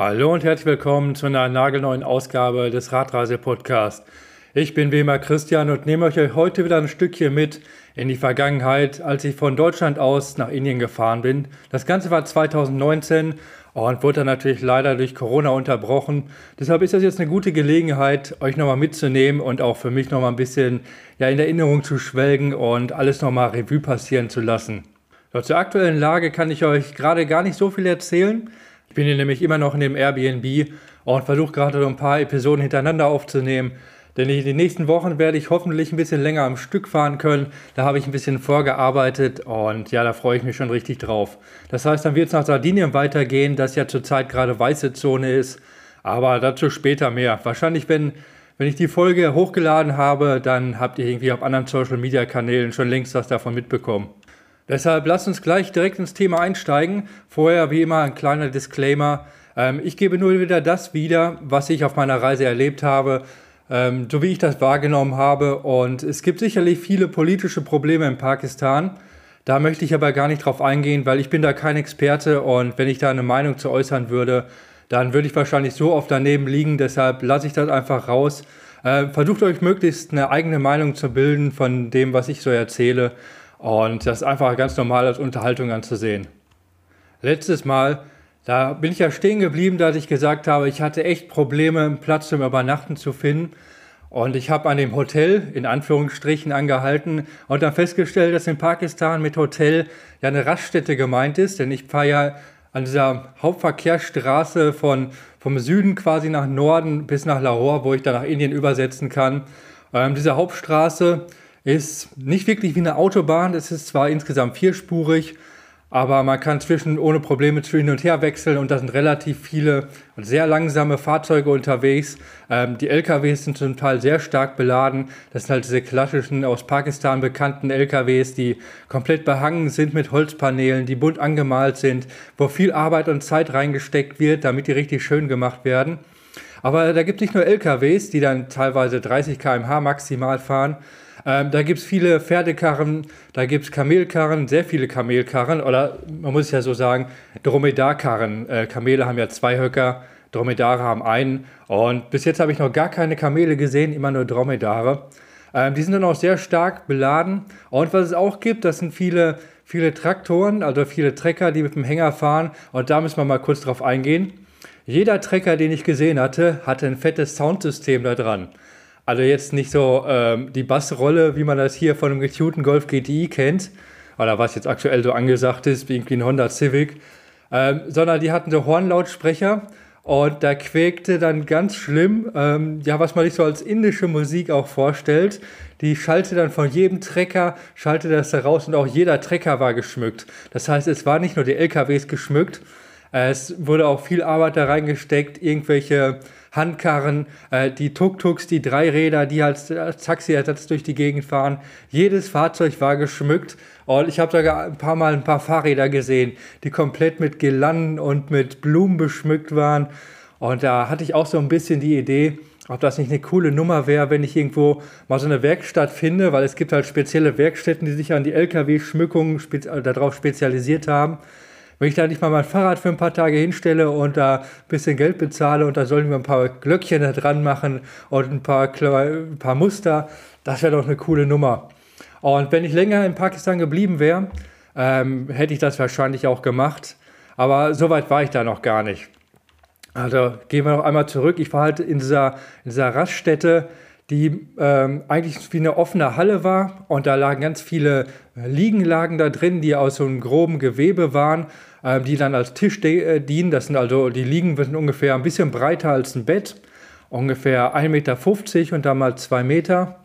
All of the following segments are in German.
Hallo und herzlich willkommen zu einer nagelneuen Ausgabe des Radreise-Podcasts. Ich bin wie immer Christian und nehme euch heute wieder ein Stückchen mit in die Vergangenheit, als ich von Deutschland aus nach Indien gefahren bin. Das Ganze war 2019 und wurde dann natürlich leider durch Corona unterbrochen. Deshalb ist das jetzt eine gute Gelegenheit, euch nochmal mitzunehmen und auch für mich nochmal ein bisschen in Erinnerung zu schwelgen und alles nochmal Revue passieren zu lassen. Zur aktuellen Lage kann ich euch gerade gar nicht so viel erzählen. Ich bin hier nämlich immer noch in dem Airbnb und versuche gerade so ein paar Episoden hintereinander aufzunehmen. Denn in den nächsten Wochen werde ich hoffentlich ein bisschen länger am Stück fahren können. Da habe ich ein bisschen vorgearbeitet und ja, da freue ich mich schon richtig drauf. Das heißt, dann wird es nach Sardinien weitergehen, das ja zurzeit gerade weiße Zone ist. Aber dazu später mehr. Wahrscheinlich, wenn ich die Folge hochgeladen habe, dann habt ihr irgendwie auf anderen Social-Media-Kanälen schon längst was davon mitbekommen. Deshalb lasst uns gleich direkt ins Thema einsteigen. Vorher wie immer ein kleiner Disclaimer. Ich gebe nur wieder das wieder, was ich auf meiner Reise erlebt habe, so wie ich das wahrgenommen habe. Und es gibt sicherlich viele politische Probleme in Pakistan. Da möchte ich aber gar nicht drauf eingehen, weil ich bin da kein Experte und wenn ich da eine Meinung zu äußern würde, dann würde ich wahrscheinlich so oft daneben liegen. Deshalb lasse ich das einfach raus. Versucht euch möglichst eine eigene Meinung zu bilden von dem, was ich so erzähle. Und das ist einfach ganz normal als Unterhaltung anzusehen. Letztes Mal, da bin ich ja stehen geblieben, dass ich gesagt habe, ich hatte echt Probleme, einen Platz zum Übernachten zu finden. Und ich habe an dem Hotel, in Anführungsstrichen, angehalten und dann festgestellt, dass in Pakistan mit Hotel ja eine Raststätte gemeint ist. Denn ich fahre ja an dieser Hauptverkehrsstraße vom Süden quasi nach Norden bis nach Lahore, wo ich dann nach Indien übersetzen kann. Diese Hauptstraße ist nicht wirklich wie eine Autobahn, es ist zwar insgesamt vierspurig, aber man kann ohne Probleme zwischen und her wechseln und da sind relativ viele und sehr langsame Fahrzeuge unterwegs. Die LKWs sind zum Teil sehr stark beladen. Das sind halt diese klassischen aus Pakistan bekannten LKWs, die komplett behangen sind mit Holzpaneelen, die bunt angemalt sind, wo viel Arbeit und Zeit reingesteckt wird, damit die richtig schön gemacht werden. Aber da gibt es nicht nur LKWs, die dann teilweise 30 km/h maximal fahren. Da gibt es viele Pferdekarren, da gibt es Kamelkarren, sehr viele Kamelkarren oder man muss ja so sagen, Dromedarkarren. Kamele haben ja 2 Höcker, Dromedare haben einen und bis jetzt habe ich noch gar keine Kamele gesehen, immer nur Dromedare. Die sind dann auch sehr stark beladen und was es auch gibt, das sind viele Traktoren, also viele Trecker, die mit dem Hänger fahren und da müssen wir mal kurz drauf eingehen. Jeder Trecker, den ich gesehen hatte ein fettes Soundsystem da dran. Also jetzt nicht so die Bassrolle, wie man das hier von einem getunten Golf GTI kennt, oder was jetzt aktuell so angesagt ist, wie irgendwie ein Honda Civic, sondern die hatten so Hornlautsprecher und da quäkte dann ganz schlimm, was man sich so als indische Musik auch vorstellt. Die schallte dann von jedem Trecker, schallte das da raus und auch jeder Trecker war geschmückt. Das heißt, es war nicht nur die LKWs geschmückt, es wurde auch viel Arbeit da reingesteckt, irgendwelche Handkarren, die Tuk-Tuks, die Dreiräder, die als Taxiersatz durch die Gegend fahren. Jedes Fahrzeug war geschmückt und ich habe sogar ein paar Fahrräder gesehen, die komplett mit Girlanden und mit Blumen beschmückt waren. Und da hatte ich auch so ein bisschen die Idee, ob das nicht eine coole Nummer wäre, wenn ich irgendwo mal so eine Werkstatt finde, weil es gibt halt spezielle Werkstätten, die sich an die LKW-Schmückungen darauf spezialisiert haben. Wenn ich da nicht mal mein Fahrrad für ein paar Tage hinstelle und da ein bisschen Geld bezahle und da sollen wir ein paar Glöckchen da dran machen und ein paar Muster, das wäre doch eine coole Nummer. Und wenn ich länger in Pakistan geblieben wäre, hätte ich das wahrscheinlich auch gemacht. Aber so weit war ich da noch gar nicht. Also gehen wir noch einmal zurück. Ich war halt in dieser Raststätte, die eigentlich wie eine offene Halle war und da lagen ganz viele Liegen da drin, die aus so einem groben Gewebe waren, die dann als Tisch dienen. Das sind also, die Liegen sind ungefähr ein bisschen breiter als ein Bett, ungefähr 1,50 Meter und dann mal 2 Meter.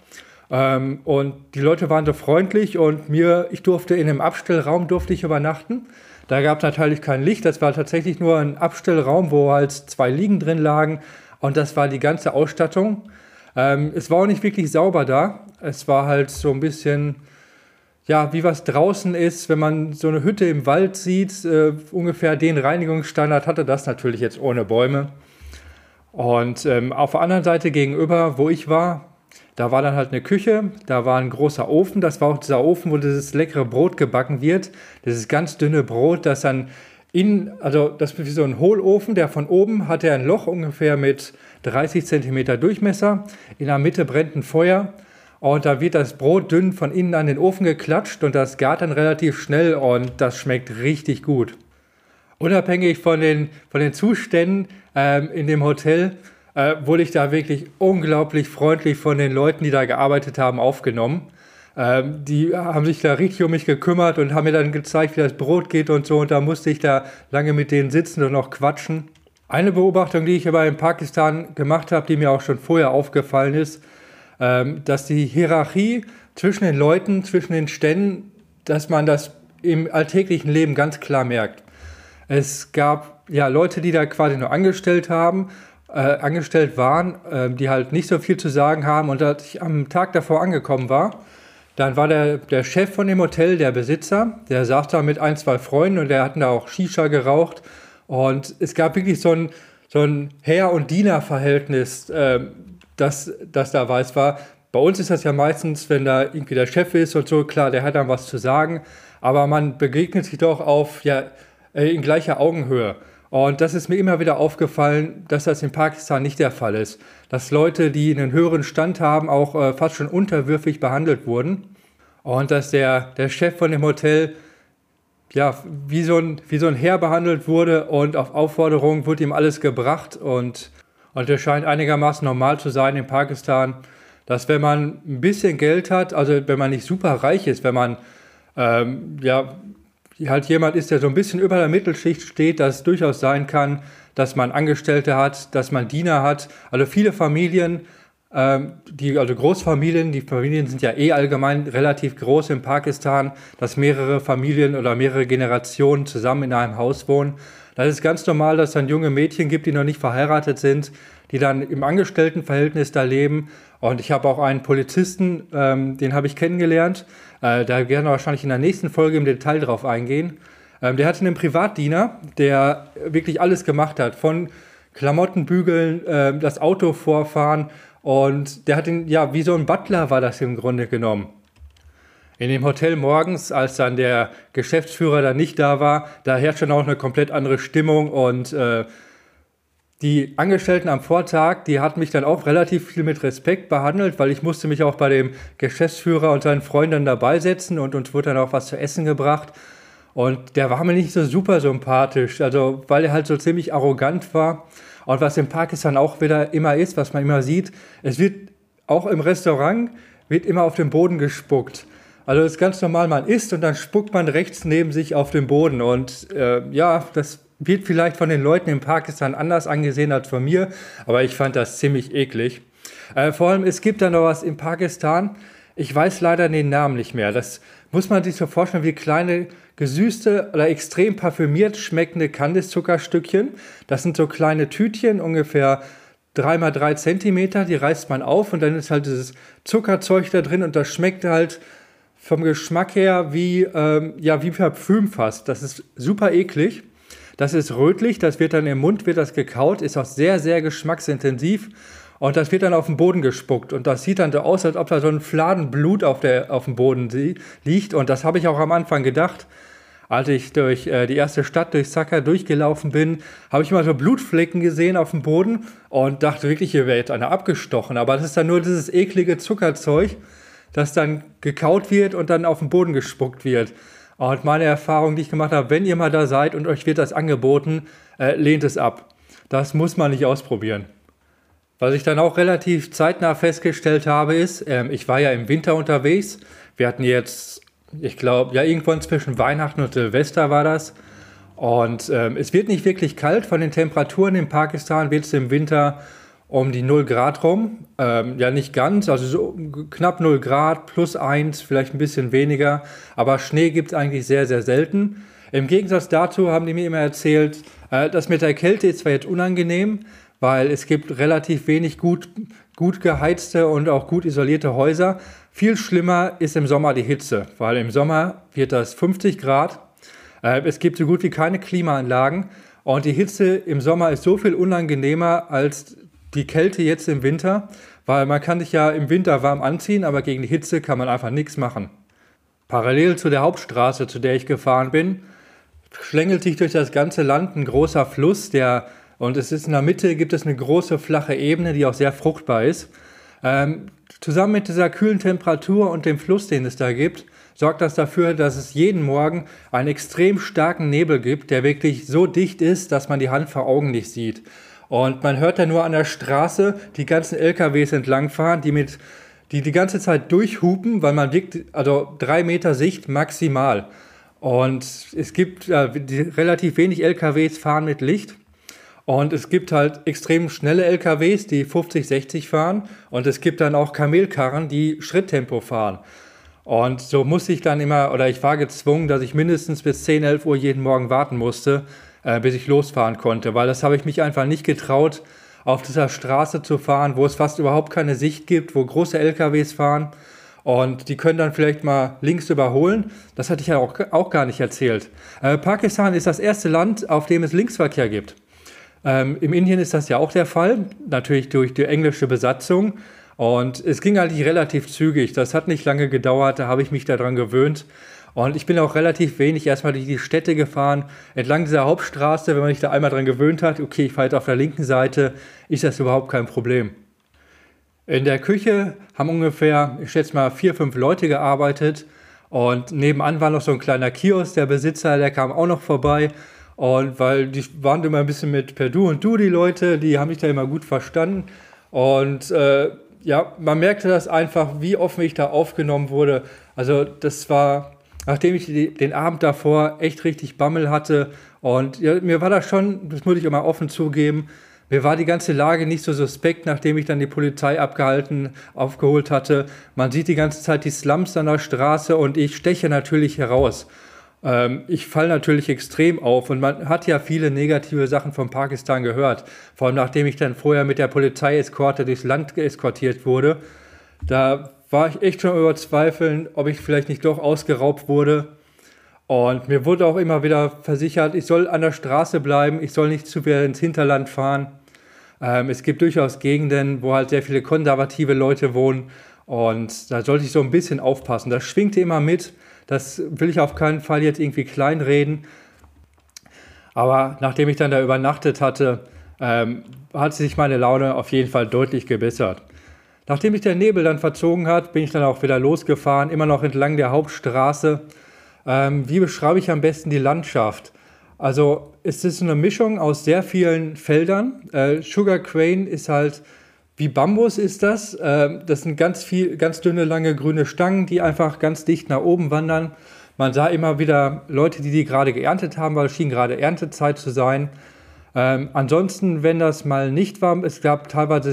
Und die Leute waren so freundlich und ich durfte in einem Abstellraum übernachten. Da gab es natürlich kein Licht, das war tatsächlich nur ein Abstellraum, wo halt 2 Liegen drin lagen und das war die ganze Ausstattung. Es war auch nicht wirklich sauber da. Es war halt so ein bisschen, wie was draußen ist, wenn man so eine Hütte im Wald sieht. Ungefähr den Reinigungsstandard hatte das natürlich jetzt ohne Bäume. Und auf der anderen Seite gegenüber, wo ich war, da war dann halt eine Küche, da war ein großer Ofen. Das war auch dieser Ofen, wo dieses leckere Brot gebacken wird. Dieses ganz dünne Brot, das dann Also das ist wie so ein Hohlofen, der von oben hat er ein Loch ungefähr mit 30 Zentimeter Durchmesser. In der Mitte brennt ein Feuer und da wird das Brot dünn von innen an den Ofen geklatscht und das gart dann relativ schnell und das schmeckt richtig gut. Unabhängig von den Zuständen in dem Hotel wurde ich da wirklich unglaublich freundlich von den Leuten, die da gearbeitet haben, aufgenommen. Die haben sich da richtig um mich gekümmert und haben mir dann gezeigt, wie das Brot geht und so. Und da musste ich da lange mit denen sitzen und noch quatschen. Eine Beobachtung, die ich aber in Pakistan gemacht habe, die mir auch schon vorher aufgefallen ist, dass die Hierarchie zwischen den Leuten, zwischen den Ständen, dass man das im alltäglichen Leben ganz klar merkt. Es gab ja Leute, die da quasi nur angestellt waren, die halt nicht so viel zu sagen haben. Und als ich am Tag davor angekommen war, dann war der Chef von dem Hotel, der Besitzer, der saß da mit ein, zwei Freunden und der hatten da auch Shisha geraucht. Und es gab wirklich so ein Herr- und Diener-Verhältnis, das da weiß war. Bei uns ist das ja meistens, wenn da irgendwie der Chef ist und so, klar, der hat dann was zu sagen. Aber man begegnet sich doch in gleicher Augenhöhe. Und das ist mir immer wieder aufgefallen, dass das in Pakistan nicht der Fall ist. Dass Leute, die einen höheren Stand haben, auch fast schon unterwürfig behandelt wurden. Und dass der Chef von dem Hotel ja wie so ein Herr behandelt wurde und auf Aufforderung wurde ihm alles gebracht. Und es scheint einigermaßen normal zu sein in Pakistan, dass wenn man ein bisschen Geld hat, also wenn man nicht super reich ist, wenn man halt jemand ist, der so ein bisschen über der Mittelschicht steht, dass es durchaus sein kann, dass man Angestellte hat, dass man Diener hat. Also viele Familien, also Großfamilien, die Familien sind ja allgemein relativ groß in Pakistan, dass mehrere Familien oder mehrere Generationen zusammen in einem Haus wohnen. Das ist ganz normal, dass es dann junge Mädchen gibt, die noch nicht verheiratet sind, die dann im Angestelltenverhältnis da leben. Und ich habe auch einen Polizisten, den habe ich kennengelernt. Da werden wir wahrscheinlich in der nächsten Folge im Detail drauf eingehen. Der hatte einen Privatdiener, der wirklich alles gemacht hat. Von Klamotten bügeln, das Auto vorfahren. Und der hat ihn, ja, wie so ein Butler war das im Grunde genommen. In dem Hotel morgens, als dann der Geschäftsführer da nicht da war, da herrscht dann auch eine komplett andere Stimmung und die Angestellten am Vortag, die hatten mich dann auch relativ viel mit Respekt behandelt, weil ich musste mich auch bei dem Geschäftsführer und seinen Freunden dabei setzen und uns wurde dann auch was zu essen gebracht. Und der war mir nicht so super sympathisch, also weil er halt so ziemlich arrogant war. Und was in Pakistan auch wieder immer ist, was man immer sieht, es wird auch im Restaurant, wird immer auf den Boden gespuckt. Also das ist ganz normal, man isst und dann spuckt man rechts neben sich auf den Boden. Und das wird vielleicht von den Leuten in Pakistan anders angesehen als von mir, aber ich fand das ziemlich eklig. Vor allem, es gibt da noch was in Pakistan, ich weiß leider den Namen nicht mehr. Das muss man sich so vorstellen wie kleine, gesüßte oder extrem parfümiert schmeckende Kandiszuckerstückchen. Das sind so kleine Tütchen, ungefähr 3x3 Zentimeter, die reißt man auf und dann ist halt dieses Zuckerzeug da drin und das schmeckt halt vom Geschmack her wie Parfüm fast. Das ist super eklig. Das ist rötlich, das wird dann im Mund wird das gekaut, ist auch sehr, sehr geschmacksintensiv und das wird dann auf den Boden gespuckt und das sieht dann so aus, als ob da so ein Fladen Blut auf dem Boden liegt und das habe ich auch am Anfang gedacht. Als ich durch die erste Stadt, durch Dhaka durchgelaufen bin, habe ich mal so Blutflecken gesehen auf dem Boden und dachte wirklich, hier wäre jetzt einer abgestochen, aber das ist dann nur dieses eklige Zuckerzeug, das dann gekaut wird und dann auf den Boden gespuckt wird. Und meine Erfahrung, die ich gemacht habe, wenn ihr mal da seid und euch wird das angeboten, lehnt es ab. Das muss man nicht ausprobieren. Was ich dann auch relativ zeitnah festgestellt habe, ist, ich war ja im Winter unterwegs. Wir hatten jetzt, ich glaube, ja irgendwann zwischen Weihnachten und Silvester war das. Und es wird nicht wirklich kalt. Von den Temperaturen in Pakistan wird es im Winter um die 0 Grad rum. Nicht ganz, also so knapp 0 Grad, +1, vielleicht ein bisschen weniger. Aber Schnee gibt es eigentlich sehr, sehr selten. Im Gegensatz dazu haben die mir immer erzählt, das mit der Kälte ist zwar jetzt unangenehm, weil es gibt relativ wenig gut geheizte und auch gut isolierte Häuser. Viel schlimmer ist im Sommer die Hitze, weil im Sommer wird das 50 Grad. Es gibt so gut wie keine Klimaanlagen. Und die Hitze im Sommer ist so viel unangenehmer als die Kälte jetzt im Winter, weil man kann sich ja im Winter warm anziehen, aber gegen die Hitze kann man einfach nichts machen. Parallel zu der Hauptstraße, zu der ich gefahren bin, schlängelt sich durch das ganze Land ein großer Fluss, und es ist in der Mitte gibt es eine große flache Ebene, die auch sehr fruchtbar ist. Zusammen mit dieser kühlen Temperatur und dem Fluss, den es da gibt, sorgt das dafür, dass es jeden Morgen einen extrem starken Nebel gibt, der wirklich so dicht ist, dass man die Hand vor Augen nicht sieht. Und man hört dann nur an der Straße die ganzen LKWs entlangfahren, die ganze Zeit durchhupen, weil man liegt, also 3 Meter Sicht maximal. Und es gibt relativ wenig LKWs fahren mit Licht. Und es gibt halt extrem schnelle LKWs, die 50, 60 fahren. Und es gibt dann auch Kamelkarren, die Schritttempo fahren. Und so musste ich dann ich war gezwungen, dass ich mindestens bis 10, 11 Uhr jeden Morgen warten musste, bis ich losfahren konnte. Weil das habe ich mich einfach nicht getraut, auf dieser Straße zu fahren, wo es fast überhaupt keine Sicht gibt, wo große LKWs fahren. Und die können dann vielleicht mal links überholen. Das hatte ich ja auch gar nicht erzählt. Pakistan ist das erste Land, auf dem es Linksverkehr gibt. Im Indien ist das ja auch der Fall, natürlich durch die englische Besatzung. Und es ging eigentlich relativ zügig. Das hat nicht lange gedauert, da habe ich mich daran gewöhnt. Und ich bin auch relativ wenig erstmal durch die Städte gefahren, entlang dieser Hauptstraße. Wenn man sich da einmal dran gewöhnt hat, okay, ich fahre jetzt auf der linken Seite, ist das überhaupt kein Problem. In der Küche haben ungefähr, ich schätze mal, 4, 5 Leute gearbeitet. Und nebenan war noch so ein kleiner Kiosk, der Besitzer, der kam auch noch vorbei. Und weil die waren immer ein bisschen mit per Du und Du, die Leute, die haben mich da immer gut verstanden. Und man merkte das einfach, wie offen ich da aufgenommen wurde. Also das war, nachdem ich den Abend davor echt richtig Bammel hatte. Und ja, mir war das schon, das muss ich immer offen zugeben, mir war die ganze Lage nicht so suspekt, nachdem ich dann die Polizei aufgeholt hatte. Man sieht die ganze Zeit die Slums an der Straße und ich steche natürlich heraus. Ich falle natürlich extrem auf und man hat ja viele negative Sachen von Pakistan gehört. Vor allem nachdem ich dann vorher mit der Polizeieskorte durchs Land eskortiert wurde. Da war ich echt schon über Zweifeln, ob ich vielleicht nicht doch ausgeraubt wurde. Und mir wurde auch immer wieder versichert, ich soll an der Straße bleiben, ich soll nicht zu sehr ins Hinterland fahren. Es gibt durchaus Gegenden, wo halt sehr viele konservative Leute wohnen. Und da sollte ich so ein bisschen aufpassen. Das schwingte immer mit. Das will ich auf keinen Fall jetzt irgendwie kleinreden. Aber nachdem ich dann da übernachtet hatte, hat sich meine Laune auf jeden Fall deutlich gebessert. Nachdem sich der Nebel dann verzogen hat, bin ich dann auch wieder losgefahren, immer noch entlang der Hauptstraße. Wie beschreibe ich am besten die Landschaft? Also es ist eine Mischung aus sehr vielen Feldern. Sugarcane ist halt wie Bambus ist das. Das sind ganz dünne, lange grüne Stangen, die einfach ganz dicht nach oben wandern. Man sah immer wieder Leute, die gerade geerntet haben, weil es schien gerade Erntezeit zu sein. Ansonsten, wenn das mal nicht war, es gab teilweise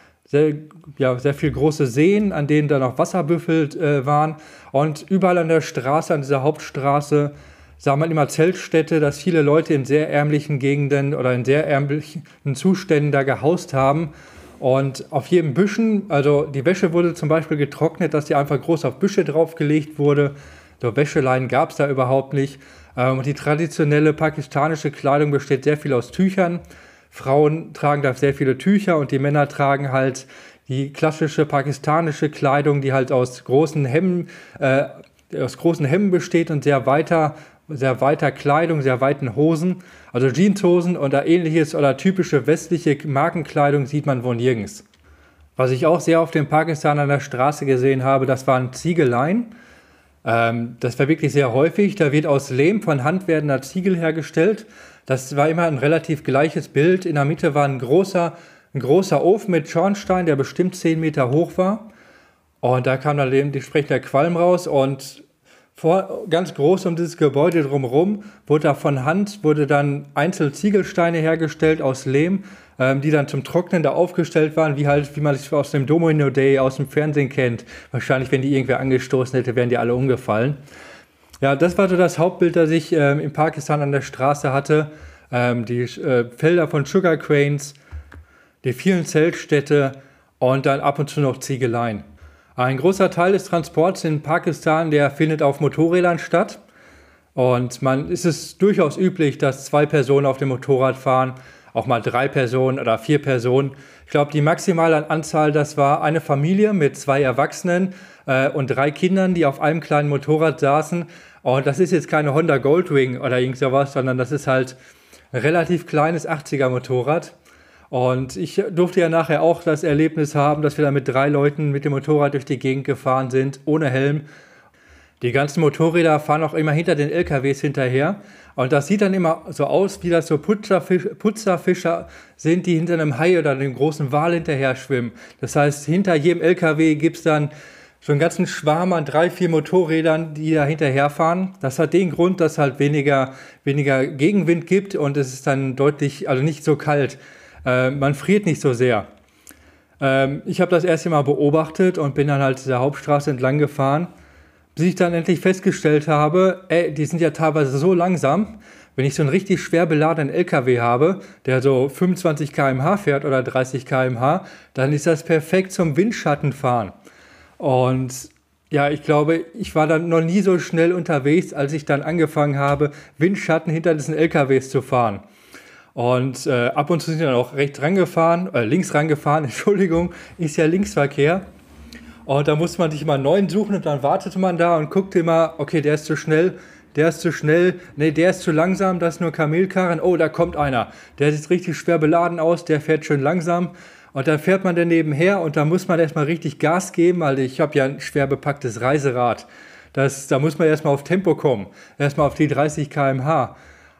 sehr viel große Seen, an denen dann auch Wasserbüffel waren. Und überall an der Straße, an dieser Hauptstraße, sah man immer Zeltstädte, dass viele Leute in sehr ärmlichen Gegenden oder in sehr ärmlichen Zuständen da gehaust haben. Und auf jedem Büschen, also die Wäsche wurde zum Beispiel getrocknet, dass die einfach groß auf Büsche draufgelegt wurde. So Wäscheleinen gab es da überhaupt nicht. Und die traditionelle pakistanische Kleidung besteht sehr viel aus Tüchern. Frauen tragen da sehr viele Tücher und die Männer tragen halt die klassische pakistanische Kleidung, die halt aus großen Hemden besteht und sehr weiter Kleidung, sehr weiten Hosen, also Jeanshosen oder ähnliches oder typische westliche Markenkleidung sieht man wohl nirgends. Was ich auch sehr auf dem Pakistan an der Straße gesehen habe, das waren Ziegeleien. Das war wirklich sehr häufig. Da wird aus Lehm von Hand werdender Ziegel hergestellt. Das war immer ein relativ gleiches Bild. In der Mitte war ein großer Ofen mit Schornstein, der bestimmt 10 Meter hoch war. Und da kam dann dementsprechend der Qualm raus und ganz groß um dieses Gebäude drumherum wurde dann einzelne Ziegelsteine hergestellt aus Lehm, die dann zum Trocknen da aufgestellt waren, wie man es aus dem Domino Day aus dem Fernsehen kennt. Wahrscheinlich, wenn die irgendwer angestoßen hätte, wären die alle umgefallen. Ja, das war so das Hauptbild, das ich in Pakistan an der Straße hatte. Die Felder von Sugarcanes, die vielen Zeltstädte und dann ab und zu noch Ziegeleien. Ein großer Teil des Transports in Pakistan, der findet auf Motorrädern statt. Und es ist durchaus üblich, dass 2 Personen auf dem Motorrad fahren, auch mal 3 Personen oder 4 Personen. Ich glaube, die maximale Anzahl, das war eine Familie mit 2 Erwachsenen und 3 Kindern, die auf einem kleinen Motorrad saßen. Und das ist jetzt keine Honda Goldwing oder irgend sowas, sondern das ist halt ein relativ kleines 80er Motorrad. Und ich durfte ja nachher auch das Erlebnis haben, dass wir da mit 3 Leuten mit dem Motorrad durch die Gegend gefahren sind, ohne Helm. Die ganzen Motorräder fahren auch immer hinter den LKWs hinterher. Und das sieht dann immer so aus, wie das so Putzerfischer sind, die hinter einem Hai oder einem großen Wal hinterher schwimmen. Das heißt, hinter jedem LKW gibt es dann so einen ganzen Schwarm an 3, 4 Motorrädern, die da hinterherfahren. Das hat den Grund, dass halt weniger Gegenwind gibt und es ist dann deutlich, also nicht so kalt. Man friert nicht so sehr. Ich habe das erste Mal beobachtet und bin dann halt der Hauptstraße entlang gefahren, bis ich dann endlich festgestellt habe, die sind ja teilweise so langsam. Wenn ich so einen richtig schwer beladenen LKW habe, der so 25 km/h fährt oder 30 km/h, dann ist das perfekt zum Windschattenfahren. Und ja, ich glaube, ich war dann noch nie so schnell unterwegs, als ich dann angefangen habe, Windschatten hinter diesen LKWs zu fahren. Und ab und zu sind wir dann auch links rangefahren, Entschuldigung, ist ja Linksverkehr. Und da muss man sich mal einen neuen suchen und dann wartete man da und guckte immer, okay, der ist zu schnell, nee, der ist zu langsam, das ist nur Kamelkarren, oh, da kommt einer, der sieht richtig schwer beladen aus, der fährt schön langsam. Und dann fährt man dann nebenher und da muss man erstmal richtig Gas geben, weil ich habe ja ein schwer bepacktes Reiserad. Da muss man erstmal auf Tempo kommen, erstmal auf die 30 km/h.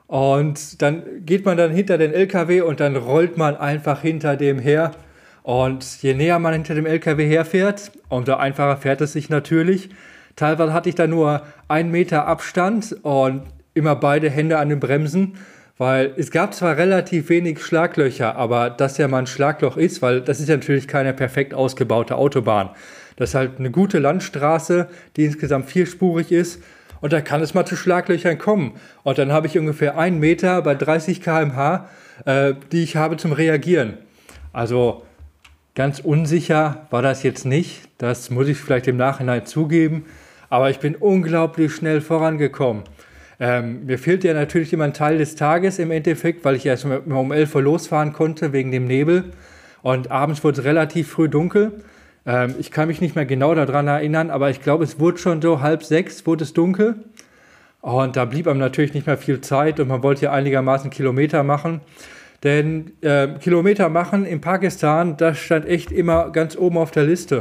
Und dann geht man dann hinter den LKW und dann rollt man einfach hinter dem her. Und je näher man hinter dem LKW herfährt, umso einfacher fährt es sich natürlich. Teilweise hatte ich da nur 1 Meter Abstand und immer beide Hände an den Bremsen, weil es gab zwar relativ wenig Schlaglöcher, aber dass ja mal ein Schlagloch ist, weil das ist ja natürlich keine perfekt ausgebaute Autobahn. Das ist halt eine gute Landstraße, die insgesamt 4-spurig ist und da kann es mal zu Schlaglöchern kommen. Und dann habe ich ungefähr 1 Meter bei 30 km/h, die ich habe zum Reagieren. Also ganz unsicher war das jetzt nicht, das muss ich vielleicht im Nachhinein zugeben, aber ich bin unglaublich schnell vorangekommen. Mir fehlt ja natürlich immer ein Teil des Tages im Endeffekt, weil ich erst um 11 Uhr losfahren konnte wegen dem Nebel und abends wurde es relativ früh dunkel. Ich kann mich nicht mehr genau daran erinnern, aber ich glaube, es wurde schon so 5:30 wurde es dunkel und da blieb einem natürlich nicht mehr viel Zeit und man wollte ja einigermaßen Kilometer machen. Denn Kilometer machen in Pakistan, das stand echt immer ganz oben auf der Liste.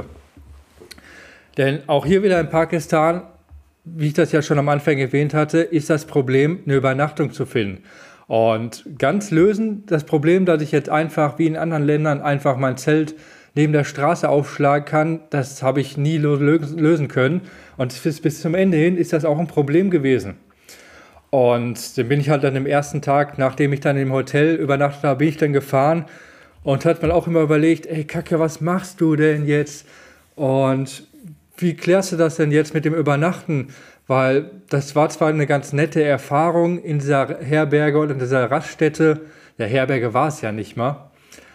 Denn auch hier wieder in Pakistan, wie ich das ja schon am Anfang erwähnt hatte, ist das Problem, eine Übernachtung zu finden. Und ganz lösen das Problem, dass ich jetzt einfach wie in anderen Ländern einfach mein Zelt neben der Straße aufschlagen kann, das habe ich nie lösen können. Und bis zum Ende hin ist das auch ein Problem gewesen. Und dann bin ich halt an dem ersten Tag, nachdem ich dann im Hotel übernachtet habe, bin ich dann gefahren und hat man auch immer überlegt, ey Kacke, was machst du denn jetzt? Und wie klärst du das denn jetzt mit dem Übernachten? Weil das war zwar eine ganz nette Erfahrung in dieser Herberge oder in dieser Raststätte, der Herberge war es ja nicht mal,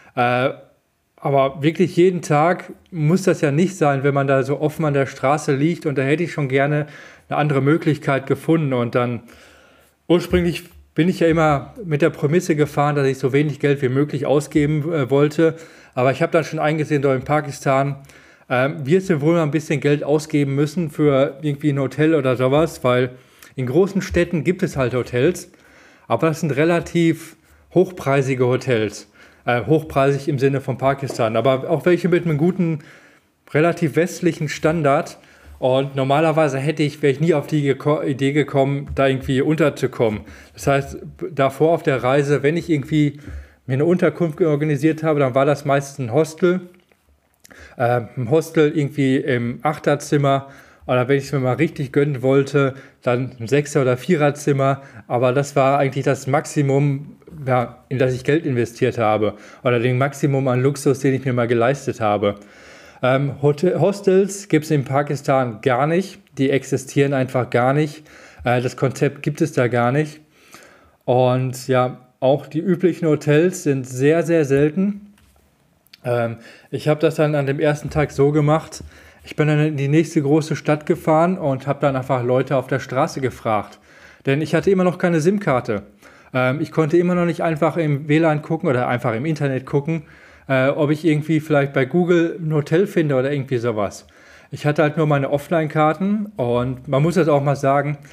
aber wirklich jeden Tag muss das ja nicht sein, wenn man da so offen an der Straße liegt und da hätte ich schon gerne eine andere Möglichkeit gefunden und dann ursprünglich bin ich ja immer mit der Prämisse gefahren, dass ich so wenig Geld wie möglich ausgeben wollte. Aber ich habe dann schon eingesehen, dort in Pakistan wirst du wohl mal ein bisschen Geld ausgeben müssen für irgendwie ein Hotel oder sowas, weil in großen Städten gibt es halt Hotels, aber das sind relativ hochpreisige Hotels. Hochpreisig im Sinne von Pakistan, aber auch welche mit einem guten, relativ westlichen Standard. Und normalerweise wäre ich nie auf die Idee gekommen, da irgendwie unterzukommen. Das heißt, davor auf der Reise, wenn ich irgendwie mir eine Unterkunft organisiert habe, dann war das meistens ein Hostel. Ein Hostel irgendwie im Achterzimmer. Oder wenn ich es mir mal richtig gönnen wollte, dann ein 6er- oder 4er-Zimmer. Aber das war eigentlich das Maximum, ja, in das ich Geld investiert habe. Oder den Maximum an Luxus, den ich mir mal geleistet habe. Hostels gibt es in Pakistan gar nicht. Die existieren einfach gar nicht. Das Konzept gibt es da gar nicht. Und ja, auch die üblichen Hotels sind sehr, sehr selten. Ich habe das dann an dem ersten Tag so gemacht. Ich bin dann in die nächste große Stadt gefahren und habe dann einfach Leute auf der Straße gefragt. Denn ich hatte immer noch keine SIM-Karte. Ich konnte immer noch nicht einfach im WLAN gucken oder einfach im Internet gucken, ob ich irgendwie vielleicht bei Google ein Hotel finde oder irgendwie sowas. Ich hatte halt nur meine Offline-Karten und man muss jetzt auch mal sagen,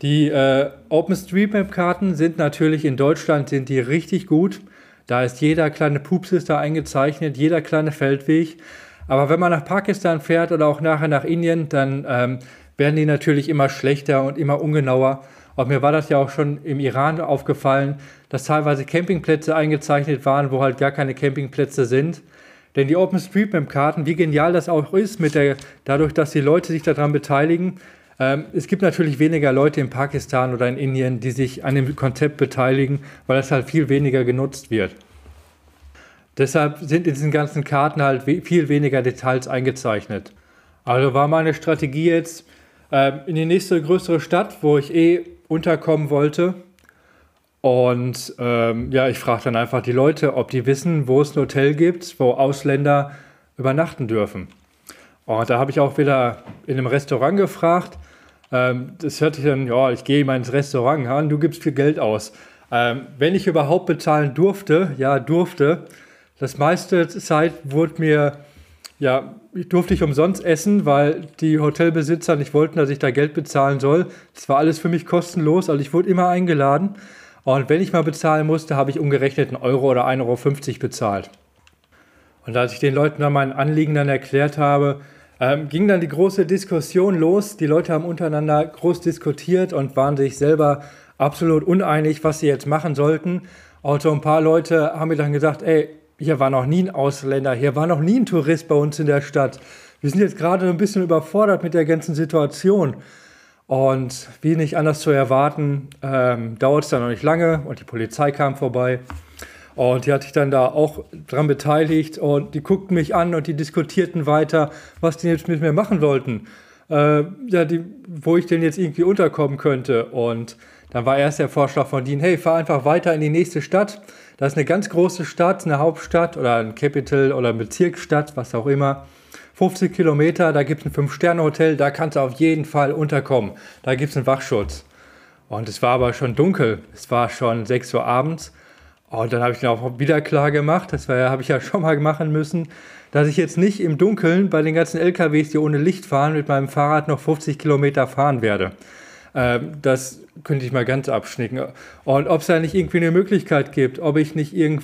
Die OpenStreetMap-Karten sind natürlich in Deutschland sind die richtig gut. Da ist jeder kleine Pups ist da eingezeichnet, jeder kleine Feldweg. Aber wenn man nach Pakistan fährt oder auch nachher nach Indien, dann werden die natürlich immer schlechter und immer ungenauer. Und mir war das ja auch schon im Iran aufgefallen, dass teilweise Campingplätze eingezeichnet waren, wo halt gar keine Campingplätze sind. Denn die OpenStreetMap-Karten, wie genial das auch ist, dadurch, dass die Leute sich daran beteiligen, es gibt natürlich weniger Leute in Pakistan oder in Indien, die sich an dem Konzept beteiligen, weil das halt viel weniger genutzt wird. Deshalb sind in diesen ganzen Karten halt viel weniger Details eingezeichnet. Also war meine Strategie jetzt in die nächste größere Stadt, wo ich unterkommen wollte. Und ich frage dann einfach die Leute, ob die wissen, wo es ein Hotel gibt, wo Ausländer übernachten dürfen. Und da habe ich auch wieder in einem Restaurant gefragt. Das hörte ich dann, ja, ich gehe mal ins Restaurant, ja, und du gibst viel Geld aus. Wenn ich überhaupt bezahlen durfte, das meiste Zeit durfte ich umsonst essen, weil die Hotelbesitzer nicht wollten, dass ich da Geld bezahlen soll. Das war alles für mich kostenlos, also ich wurde immer eingeladen. Und wenn ich mal bezahlen musste, habe ich umgerechnet 1 Euro oder 1,50 Euro bezahlt. Und als ich den Leuten dann mein Anliegen dann erklärt habe, ging dann die große Diskussion los. Die Leute haben untereinander groß diskutiert und waren sich selber absolut uneinig, was sie jetzt machen sollten. Und so ein paar Leute haben mir dann gesagt, hier war noch nie ein Ausländer, hier war noch nie ein Tourist bei uns in der Stadt. Wir sind jetzt gerade ein bisschen überfordert mit der ganzen Situation. Und wie nicht anders zu erwarten, dauert es dann noch nicht lange und die Polizei kam vorbei. Und die hat sich dann da auch dran beteiligt und die guckten mich an und die diskutierten weiter, was die jetzt mit mir machen wollten. Wo ich denn jetzt irgendwie unterkommen könnte. Und dann war erst der Vorschlag von denen, hey, fahr einfach weiter in die nächste Stadt. Das ist eine ganz große Stadt, eine Hauptstadt oder ein Capital oder eine Bezirksstadt, was auch immer. 50 Kilometer, da gibt es ein 5-Sterne-Hotel, da kannst du auf jeden Fall unterkommen. Da gibt es einen Wachschutz. Und es war aber schon dunkel. Es war schon 6 Uhr abends. Und dann habe ich dann auch wieder klar gemacht, habe ich ja schon mal machen müssen, dass ich jetzt nicht im Dunkeln bei den ganzen LKWs, die ohne Licht fahren, mit meinem Fahrrad noch 50 Kilometer fahren werde. Das könnte ich mal ganz abschnicken. Und ob es da nicht irgendwie eine Möglichkeit gibt, ob ich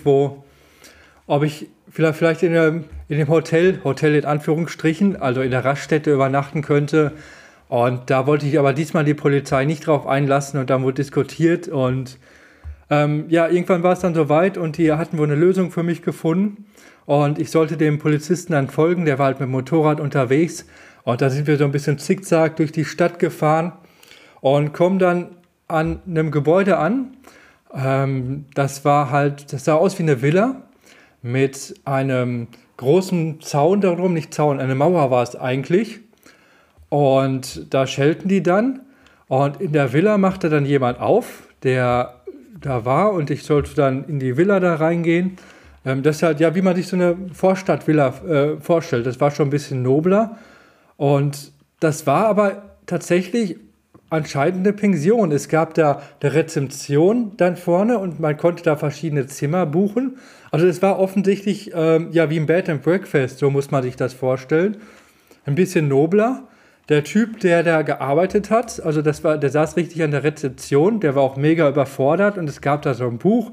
vielleicht in dem Hotel in Anführungsstrichen, also in der Raststätte übernachten könnte. Und da wollte ich aber diesmal die Polizei nicht drauf einlassen und dann wurde diskutiert und irgendwann war es dann soweit und die hatten wohl eine Lösung für mich gefunden und ich sollte dem Polizisten dann folgen, der war halt mit dem Motorrad unterwegs und da sind wir so ein bisschen zickzack durch die Stadt gefahren und kommen dann an einem Gebäude an. Das sah aus wie eine Villa mit einem großen Zaun darum, nicht Zaun, eine Mauer war es eigentlich. Und da schelten die dann und in der Villa machte dann jemand auf, der da war und ich sollte dann in die Villa da reingehen. Das ist halt, wie man sich so eine Vorstadtvilla vorstellt. Das war schon ein bisschen nobler und das war aber tatsächlich anscheinend eine Pension. Es gab da eine Rezeption dann vorne und man konnte da verschiedene Zimmer buchen. Also es war offensichtlich wie ein Bed and Breakfast, so muss man sich das vorstellen. Ein bisschen nobler. Der Typ, der da gearbeitet hat, also der saß richtig an der Rezeption, der war auch mega überfordert und es gab da so ein Buch,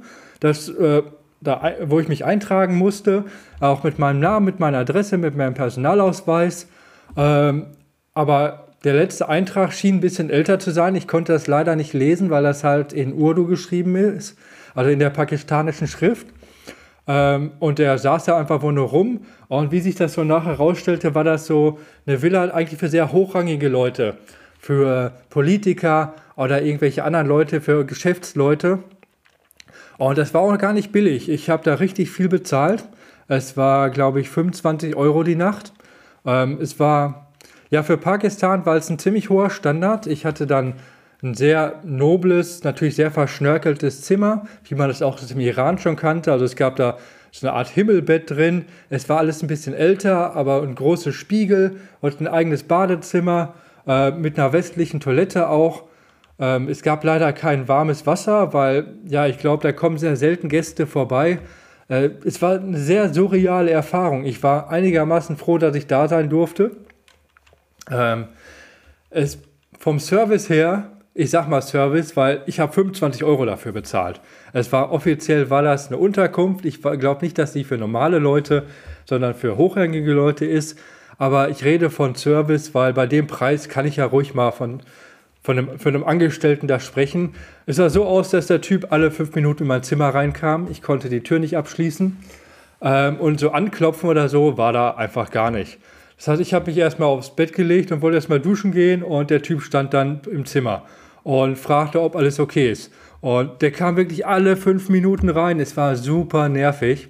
wo ich mich eintragen musste, auch mit meinem Namen, mit meiner Adresse, mit meinem Personalausweis. Aber der letzte Eintrag schien ein bisschen älter zu sein. Ich konnte das leider nicht lesen, weil das halt in Urdu geschrieben ist, also in der pakistanischen Schrift. Und der saß da einfach wohl nur rum. Und wie sich das so nachher herausstellte, war das so eine Villa eigentlich für sehr hochrangige Leute, für Politiker oder irgendwelche anderen Leute, für Geschäftsleute. Und das war auch gar nicht billig. Ich habe da richtig viel bezahlt. Es war, glaube ich, 25 Euro die Nacht. Es war, für Pakistan war es ein ziemlich hoher Standard. Ich hatte dann ein sehr nobles, natürlich sehr verschnörkeltes Zimmer, wie man das auch im Iran schon kannte. Also es gab da so eine Art Himmelbett drin. Es war alles ein bisschen älter, aber ein großer Spiegel und ein eigenes Badezimmer mit einer westlichen Toilette auch. Es gab leider kein warmes Wasser, weil, ich glaube, da kommen sehr selten Gäste vorbei. Es war eine sehr surreale Erfahrung. Ich war einigermaßen froh, dass ich da sein durfte. Vom Service her ich sag mal Service, weil ich habe 25 € dafür bezahlt. Offiziell war das eine Unterkunft. Ich glaube nicht, dass die für normale Leute, sondern für hochrangige Leute ist. Aber ich rede von Service, weil bei dem Preis kann ich ja ruhig mal von einem Angestellten da sprechen. Es sah so aus, dass der Typ alle 5 Minuten in mein Zimmer reinkam. Ich konnte die Tür nicht abschließen. Und so anklopfen oder so war da einfach gar nicht. Das heißt, ich habe mich erstmal aufs Bett gelegt und wollte erstmal duschen gehen und der Typ stand dann im Zimmer und fragte, ob alles okay ist. Und der kam wirklich alle 5 Minuten rein. Es war super nervig.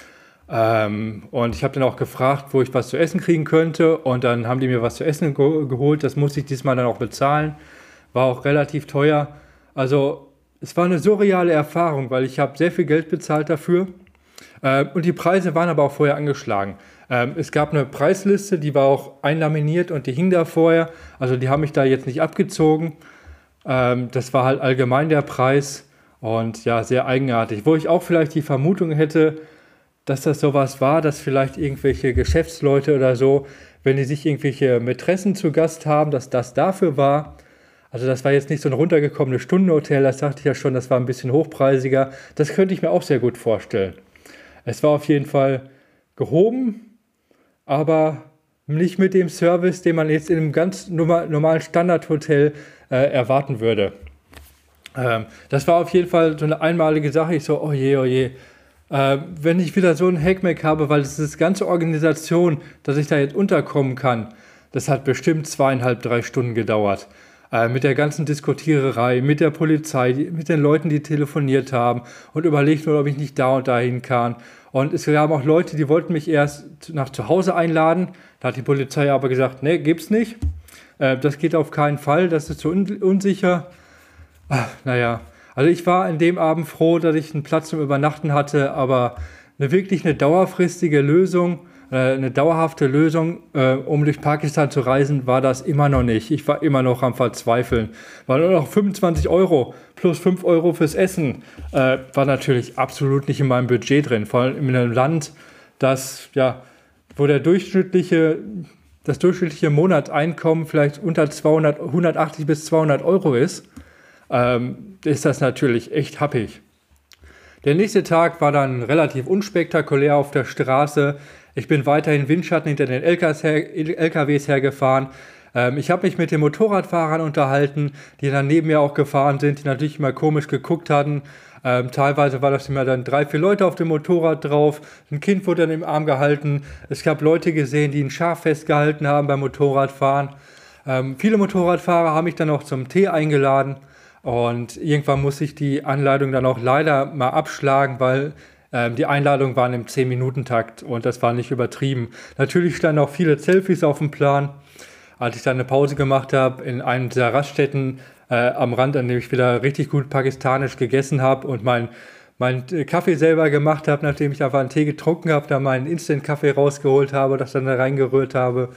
Und ich habe dann auch gefragt, wo ich was zu essen kriegen könnte. Und dann haben die mir was zu essen geholt. Das musste ich diesmal dann auch bezahlen. War auch relativ teuer. Also es war eine surreale Erfahrung, weil ich habe sehr viel Geld bezahlt dafür. Und die Preise waren aber auch vorher angeschlagen. Es gab eine Preisliste, die war auch einlaminiert und die hing da vorher. Also die haben mich da jetzt nicht abgezogen. Das war halt allgemein der Preis und ja, sehr eigenartig. Wo ich auch vielleicht die Vermutung hätte, dass das sowas war, dass vielleicht irgendwelche Geschäftsleute oder so, wenn die sich irgendwelche Mätressen zu Gast haben, dass das dafür war. Also das war jetzt nicht so ein runtergekommenes Stundenhotel, das sagte ich ja schon, das war ein bisschen hochpreisiger. Das könnte ich mir auch sehr gut vorstellen. Es war auf jeden Fall gehoben, aber nicht mit dem Service, den man jetzt in einem ganz normalen Standardhotel erwarten würde. Das war auf jeden Fall so eine einmalige Sache. Ich so, oh je, oh je. Wenn ich wieder so einen Hackmack habe, weil das ist die ganze Organisation, dass ich da jetzt unterkommen kann, das hat bestimmt 2,5, 3 Stunden gedauert. Mit der ganzen Diskutiererei, mit der Polizei, mit den Leuten, die telefoniert haben und überlegt nur, ob ich nicht da und dahin kann. Und es gab auch Leute, die wollten mich erst nach zu Hause einladen. Da hat die Polizei aber gesagt, nee, gibt's nicht. Das geht auf keinen Fall, das ist zu unsicher. Naja, also ich war an dem Abend froh, dass ich einen Platz zum Übernachten hatte, aber wirklich eine dauerfristige Lösung, eine dauerhafte Lösung, um durch Pakistan zu reisen, war das immer noch nicht. Ich war immer noch am Verzweifeln. Weil nur noch 25 € plus 5 € fürs Essen war natürlich absolut nicht in meinem Budget drin. Vor allem in einem Land, wo das durchschnittliche Monatseinkommen vielleicht unter 180 bis 200 € ist das natürlich echt happig. Der nächste Tag war dann relativ unspektakulär auf der Straße. Ich bin weiterhin Windschatten hinter den LKWs hergefahren. Ich habe mich mit den Motorradfahrern unterhalten, die dann neben mir auch gefahren sind, die natürlich immer komisch geguckt hatten. Teilweise war das immer dann 3, 4 Leute auf dem Motorrad drauf. Ein Kind wurde dann im Arm gehalten. Es gab Leute gesehen, die ein Schaf festgehalten haben beim Motorradfahren. Viele Motorradfahrer haben mich dann auch zum Tee eingeladen. Und irgendwann muss ich die Anleitung dann auch leider mal abschlagen, weil die Einladungen waren im 10-Minuten-Takt und das war nicht übertrieben. Natürlich standen auch viele Selfies auf dem Plan. Als ich dann eine Pause gemacht habe in einem der Raststätten am Rand, an dem ich wieder richtig gut pakistanisch gegessen habe und meinen Kaffee selber gemacht habe, nachdem ich einfach einen Tee getrunken habe, da meinen Instant-Kaffee rausgeholt habe, das dann da reingerührt habe,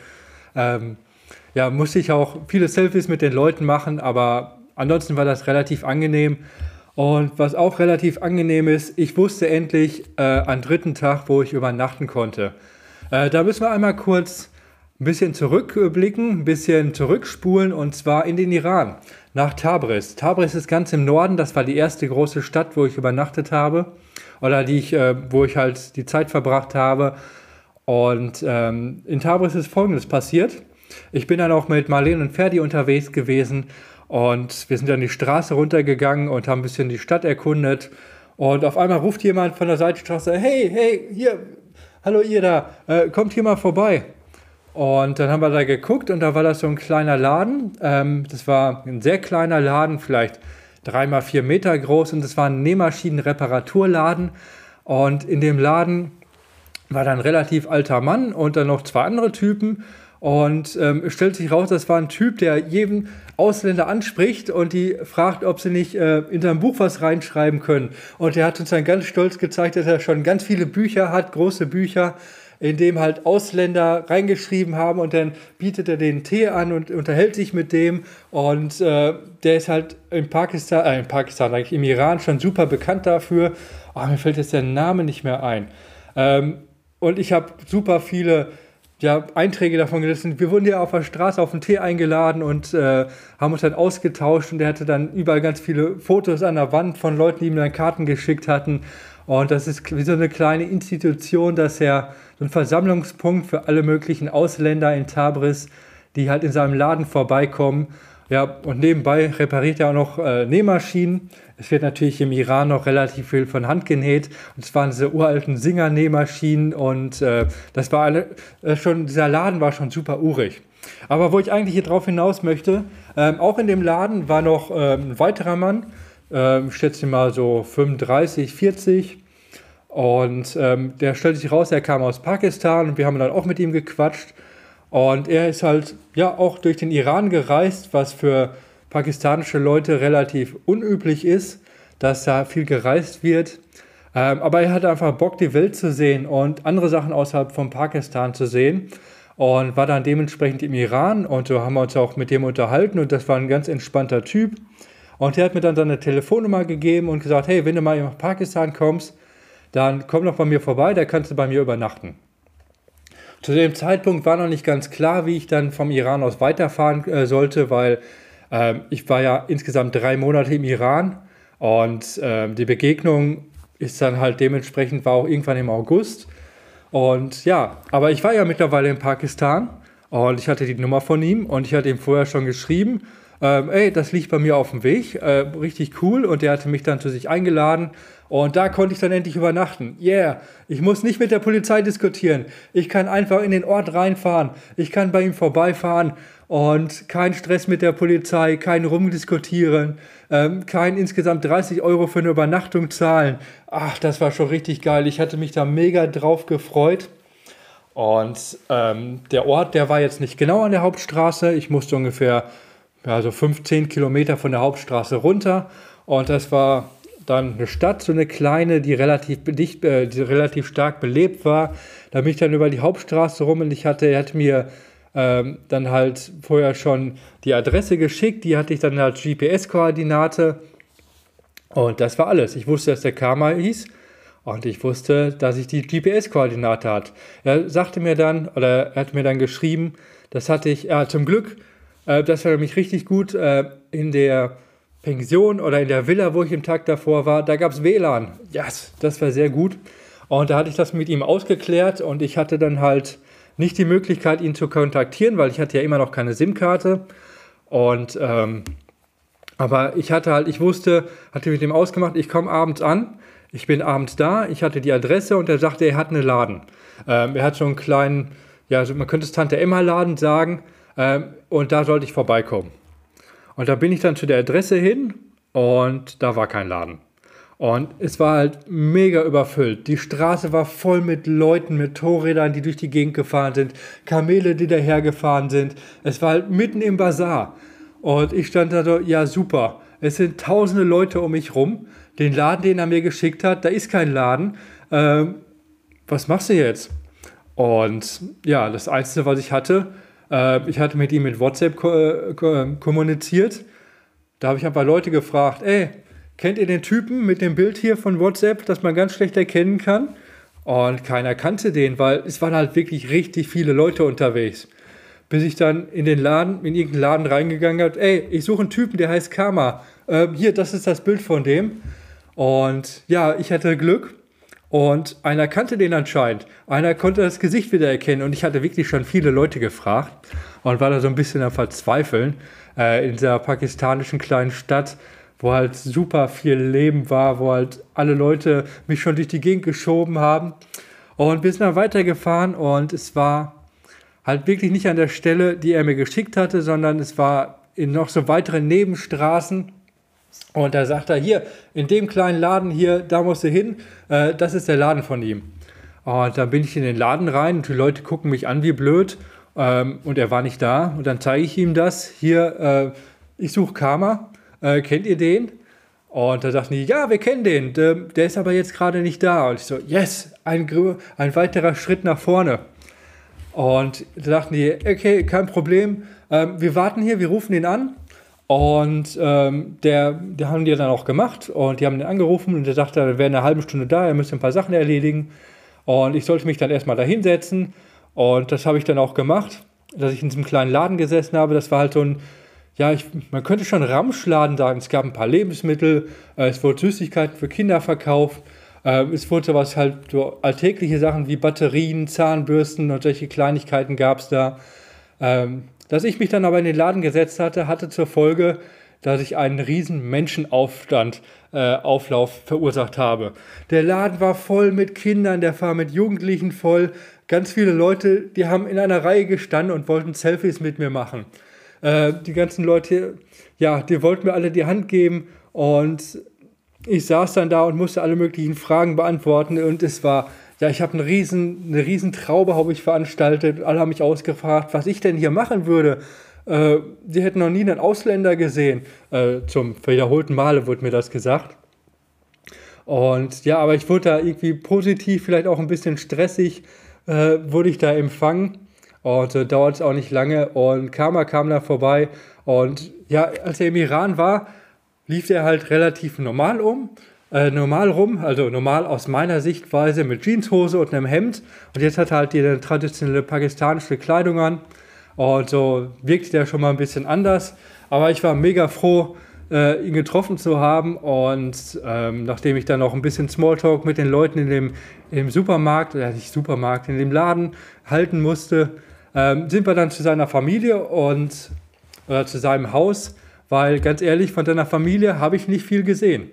musste ich auch viele Selfies mit den Leuten machen, aber ansonsten war das relativ angenehm. Und was auch relativ angenehm ist, ich wusste endlich am 3. Tag, wo ich übernachten konnte. Da müssen wir einmal kurz ein bisschen zurückblicken, ein bisschen zurückspulen und zwar in den Iran, nach Tabriz. Tabriz ist ganz im Norden, das war die erste große Stadt, wo ich übernachtet habe oder wo ich halt die Zeit verbracht habe. Und in Tabriz ist Folgendes passiert. Ich bin dann auch mit Marlene und Ferdi unterwegs gewesen. Und wir sind dann die Straße runtergegangen und haben ein bisschen die Stadt erkundet. Und auf einmal ruft jemand von der Seitenstraße, hey, hier, hallo ihr da, kommt hier mal vorbei. Und dann haben wir da geguckt und da war das so ein kleiner Laden. Das war ein sehr kleiner Laden, vielleicht 3 mal 4 Meter groß. Und das war ein Nähmaschinen-Reparaturladen. Und in dem Laden war dann ein relativ alter Mann und dann noch 2 andere Typen. Und es stellt sich raus, das war ein Typ, der jeden Ausländer anspricht und die fragt, ob sie nicht in sein Buch was reinschreiben können. Und der hat uns dann ganz stolz gezeigt, dass er schon ganz viele Bücher hat, große Bücher, in dem halt Ausländer reingeschrieben haben und dann bietet er den Tee an und unterhält sich mit dem. Und der ist halt im Iran schon super bekannt dafür. Oh, mir fällt jetzt der Name nicht mehr ein. Und ich habe super viele ja, Einträge davon gelesen. Wir wurden ja auf der Straße auf einen Tee eingeladen und haben uns dann ausgetauscht und er hatte dann überall ganz viele Fotos an der Wand von Leuten, die ihm dann Karten geschickt hatten. Und das ist wie so eine kleine Institution, dass er so ein Versammlungspunkt für alle möglichen Ausländer in Tabriz, die halt in seinem Laden vorbeikommen. Ja, und nebenbei repariert er auch noch Nähmaschinen. Es wird natürlich im Iran noch relativ viel von Hand genäht. Und es waren diese uralten Singer-Nähmaschinen und das war dieser Laden war schon super urig. Aber wo ich eigentlich hier drauf hinaus möchte, auch in dem Laden war noch ein weiterer Mann, ich schätze mal so 35, 40. Und der stellte sich raus, er kam aus Pakistan und wir haben dann auch mit ihm gequatscht. Und er ist halt ja auch durch den Iran gereist, was für pakistanische Leute relativ unüblich ist, dass da viel gereist wird. Aber er hatte einfach Bock, die Welt zu sehen und andere Sachen außerhalb von Pakistan zu sehen. Und war dann dementsprechend im Iran und so haben wir uns auch mit dem unterhalten und das war ein ganz entspannter Typ. Und er hat mir dann seine Telefonnummer gegeben und gesagt, hey, wenn du mal nach Pakistan kommst, dann komm doch bei mir vorbei, da kannst du bei mir übernachten. Zu dem Zeitpunkt war noch nicht ganz klar, wie ich dann vom Iran aus weiterfahren sollte, weil ich war ja insgesamt 3 Monate im Iran und die Begegnung ist dann halt dementsprechend, war auch irgendwann im August. Und ja, aber ich war ja mittlerweile in Pakistan und ich hatte die Nummer von ihm und ich hatte ihm vorher schon geschrieben, ey, das liegt bei mir auf dem Weg, richtig cool. Und der hatte mich dann zu sich eingeladen und da konnte ich dann endlich übernachten. Yeah, ich muss nicht mit der Polizei diskutieren. Ich kann einfach in den Ort reinfahren. Ich kann bei ihm vorbeifahren und kein Stress mit der Polizei, kein Rumdiskutieren, kein insgesamt 30 Euro für eine Übernachtung zahlen. Ach, das war schon richtig geil. Ich hatte mich da mega drauf gefreut. Und der Ort, der war jetzt nicht genau an der Hauptstraße. Ich musste ungefähr so 15 Kilometer von der Hauptstraße runter. Und das war dann eine Stadt, so eine kleine, die die relativ stark belebt war. Da bin ich dann über die Hauptstraße rum und er hat mir dann halt vorher schon die Adresse geschickt. Die hatte ich dann als GPS-Koordinate. Und das war alles. Ich wusste, dass der Karma hieß. Und ich wusste, dass ich die GPS-Koordinate hat. Er hat mir dann geschrieben, das hatte ich, zum Glück, das war nämlich richtig gut, in der Pension oder in der Villa, wo ich im Tag davor war, da gab es WLAN. Yes, das war sehr gut. Und da hatte ich das mit ihm ausgeklärt und ich hatte dann halt nicht die Möglichkeit, ihn zu kontaktieren, weil ich hatte ja immer noch keine SIM-Karte. Und aber hatte mit ihm ausgemacht, ich komme abends an, ich bin abends da, ich hatte die Adresse und er sagte, er hat einen Laden. Er hat so einen kleinen, ja, man könnte es Tante-Emma-Laden sagen, und da sollte ich vorbeikommen. Und da bin ich dann zu der Adresse hin und da war kein Laden. Und es war halt mega überfüllt. Die Straße war voll mit Leuten, mit Motorrädern, die durch die Gegend gefahren sind, Kamele, die dahergefahren sind. Es war halt mitten im Bazar. Und ich stand da so, ja super, es sind tausende Leute um mich rum. Den Laden, den er mir geschickt hat, da ist kein Laden. Was machst du jetzt? Und ja, das Einzige, was ich hatte mit ihm mit WhatsApp kommuniziert. Da habe ich ein paar Leute gefragt, ey, kennt ihr den Typen mit dem Bild hier von WhatsApp, das man ganz schlecht erkennen kann? Und keiner kannte den, weil es waren halt wirklich richtig viele Leute unterwegs. Bis ich dann in irgendeinen Laden reingegangen habe, ey, ich suche einen Typen, der heißt Karma. Hier, das ist das Bild von dem. Und ja, ich hatte Glück. Und einer kannte den anscheinend. Einer konnte das Gesicht wieder erkennen. Und ich hatte wirklich schon viele Leute gefragt und war da so ein bisschen am Verzweifeln in dieser pakistanischen kleinen Stadt, wo halt super viel Leben war, wo halt alle Leute mich schon durch die Gegend geschoben haben. Und wir sind dann weitergefahren und es war halt wirklich nicht an der Stelle, die er mir geschickt hatte, sondern es war in noch so weiteren Nebenstraßen. Und da sagt er, hier, in dem kleinen Laden hier, da musst du hin, das ist der Laden von ihm. Und dann bin ich in den Laden rein und die Leute gucken mich an wie blöd und er war nicht da. Und dann zeige ich ihm das, hier, ich suche Karma, kennt ihr den? Und da sagten die, ja, wir kennen den, der ist aber jetzt gerade nicht da. Und ich so, yes, ein weiterer Schritt nach vorne. Und da dachten die, okay, kein Problem, wir warten hier, wir rufen ihn an. Und der haben die dann auch gemacht und die haben ihn angerufen und der sagte, er wäre eine halbe Stunde da, er müsste ein paar Sachen erledigen und ich sollte mich dann erstmal da hinsetzen Und das habe ich dann auch gemacht, dass ich in diesem kleinen Laden gesessen habe. Das war halt so ein, ja, man könnte schon Ramschladen sagen. Es gab ein paar Lebensmittel, es wurde Süßigkeiten für Kinder verkauft. Es wurde sowas halt, so alltägliche Sachen wie Batterien, Zahnbürsten und solche Kleinigkeiten gab es da. Dass ich mich dann aber in den Laden gesetzt hatte, hatte zur Folge, dass ich einen riesen Auflauf verursacht habe. Der Laden war voll mit Kindern, der war mit Jugendlichen voll. Ganz viele Leute, die haben in einer Reihe gestanden und wollten Selfies mit mir machen. Die ganzen Leute, ja, die wollten mir alle die Hand geben und ich saß dann da und musste alle möglichen Fragen beantworten und es war, ja, ich habe eine riesen Traube habe ich veranstaltet. Alle haben mich ausgefragt, was ich denn hier machen würde. Sie hätten noch nie einen Ausländer gesehen. Zum wiederholten Male wurde mir das gesagt. Und ja, aber ich wurde da irgendwie positiv, vielleicht auch ein bisschen stressig, wurde ich da empfangen. Und dauert es auch nicht lange. Und Karma kam da vorbei. Und ja, als er im Iran war, lief er halt relativ normal rum, also normal aus meiner Sichtweise mit Jeanshose und einem Hemd. Und jetzt hat er halt die traditionelle pakistanische Kleidung an. Und so wirkte der schon mal ein bisschen anders. Aber ich war mega froh, ihn getroffen zu haben. Und nachdem ich dann noch ein bisschen Smalltalk mit den Leuten in dem Supermarkt, oder nicht Supermarkt, in dem Laden halten musste, sind wir dann zu seiner Familie oder zu seinem Haus. Weil ganz ehrlich, von deiner Familie habe ich nicht viel gesehen.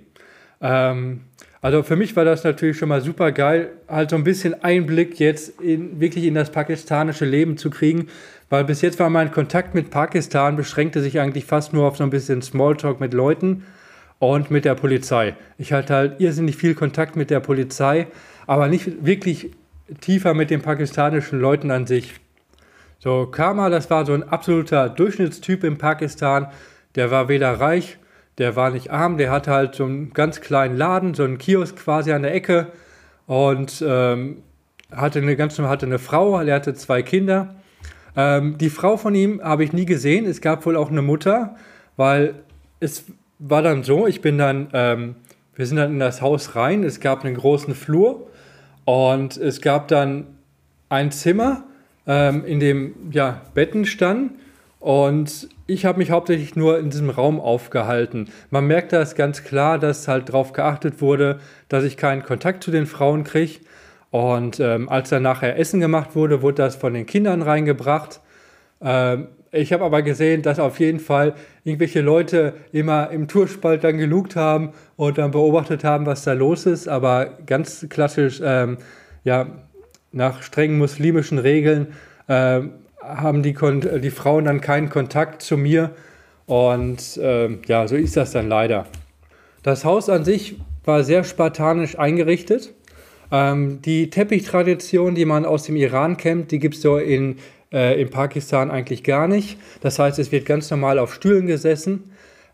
Also für mich war das natürlich schon mal super geil, halt so ein bisschen Einblick jetzt wirklich in das pakistanische Leben zu kriegen, weil bis jetzt war mein Kontakt mit Pakistan beschränkte sich eigentlich fast nur auf so ein bisschen Smalltalk mit Leuten und mit der Polizei. Ich hatte halt irrsinnig viel Kontakt mit der Polizei, aber nicht wirklich tiefer mit den pakistanischen Leuten an sich. So, Karma, das war so ein absoluter Durchschnittstyp in Pakistan. Der war weder reich, der war nicht arm, der hatte halt so einen ganz kleinen Laden, so einen Kiosk quasi an der Ecke und hatte eine Frau, der hatte 2 Kinder. Die Frau von ihm habe ich nie gesehen, es gab wohl auch eine Mutter, weil es war dann so, wir sind dann in das Haus rein, es gab einen großen Flur und es gab dann ein Zimmer, in dem ja, Betten standen. Und ich habe mich hauptsächlich nur in diesem Raum aufgehalten. Man merkt das ganz klar, dass halt darauf geachtet wurde, dass ich keinen Kontakt zu den Frauen kriege. Und als dann nachher Essen gemacht wurde, wurde das von den Kindern reingebracht. Ich habe aber gesehen, dass auf jeden Fall irgendwelche Leute immer im Turspalt dann gelugt haben und dann beobachtet haben, was da los ist. Aber ganz klassisch, ja, nach strengen muslimischen Regeln haben die Frauen dann keinen Kontakt zu mir und ja, so ist das dann leider. Das Haus an sich war sehr spartanisch eingerichtet. Die Teppichtradition, die man aus dem Iran kennt, die gibt es so in Pakistan eigentlich gar nicht. Das heißt, es wird ganz normal auf Stühlen gesessen.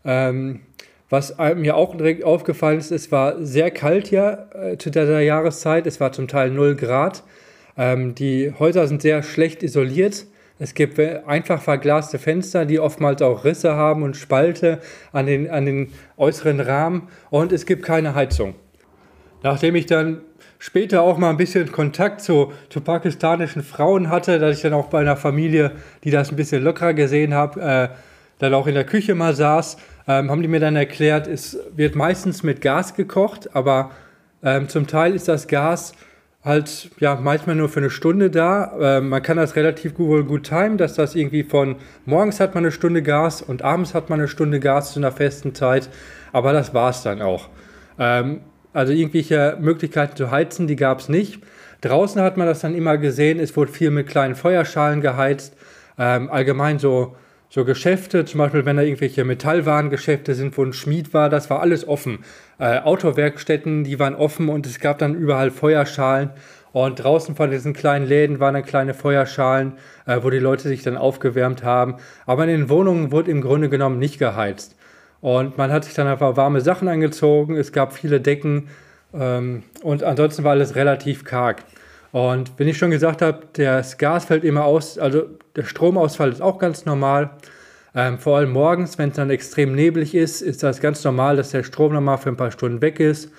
Was mir auch direkt aufgefallen ist, es war sehr kalt ja zu dieser Jahreszeit. Es war zum Teil 0 Grad. Die Häuser sind sehr schlecht isoliert. Es gibt einfach verglaste Fenster, die oftmals auch Risse haben und Spalte an den äußeren Rahmen und es gibt keine Heizung. Nachdem ich dann später auch mal ein bisschen Kontakt zu pakistanischen Frauen hatte, dass ich dann auch bei einer Familie, die das ein bisschen lockerer gesehen habe, dann auch in der Küche mal saß, haben die mir dann erklärt, es wird meistens mit Gas gekocht, aber zum Teil ist das Gas halt ja manchmal nur für eine Stunde da. Man kann das relativ gut timen, dass das irgendwie von morgens hat man eine Stunde Gas und abends hat man eine Stunde Gas zu einer festen Zeit. Aber das war es dann auch. Also irgendwelche Möglichkeiten zu heizen, die gab es nicht. Draußen hat man das dann immer gesehen, es wurde viel mit kleinen Feuerschalen geheizt. Allgemein so Geschäfte, zum Beispiel wenn da irgendwelche Metallwarengeschäfte sind, wo ein Schmied war, das war alles offen. Autowerkstätten, die waren offen und es gab dann überall Feuerschalen. Und draußen von diesen kleinen Läden waren dann kleine Feuerschalen, wo die Leute sich dann aufgewärmt haben. Aber in den Wohnungen wurde im Grunde genommen nicht geheizt. Und man hat sich dann einfach warme Sachen angezogen, es gab viele Decken und ansonsten war alles relativ karg. Und wenn ich schon gesagt habe, das Gas fällt immer aus, also der Stromausfall ist auch ganz normal. Vor allem morgens, wenn es dann extrem neblig ist, ist das ganz normal, dass der Strom nochmal für ein paar Stunden weg ist.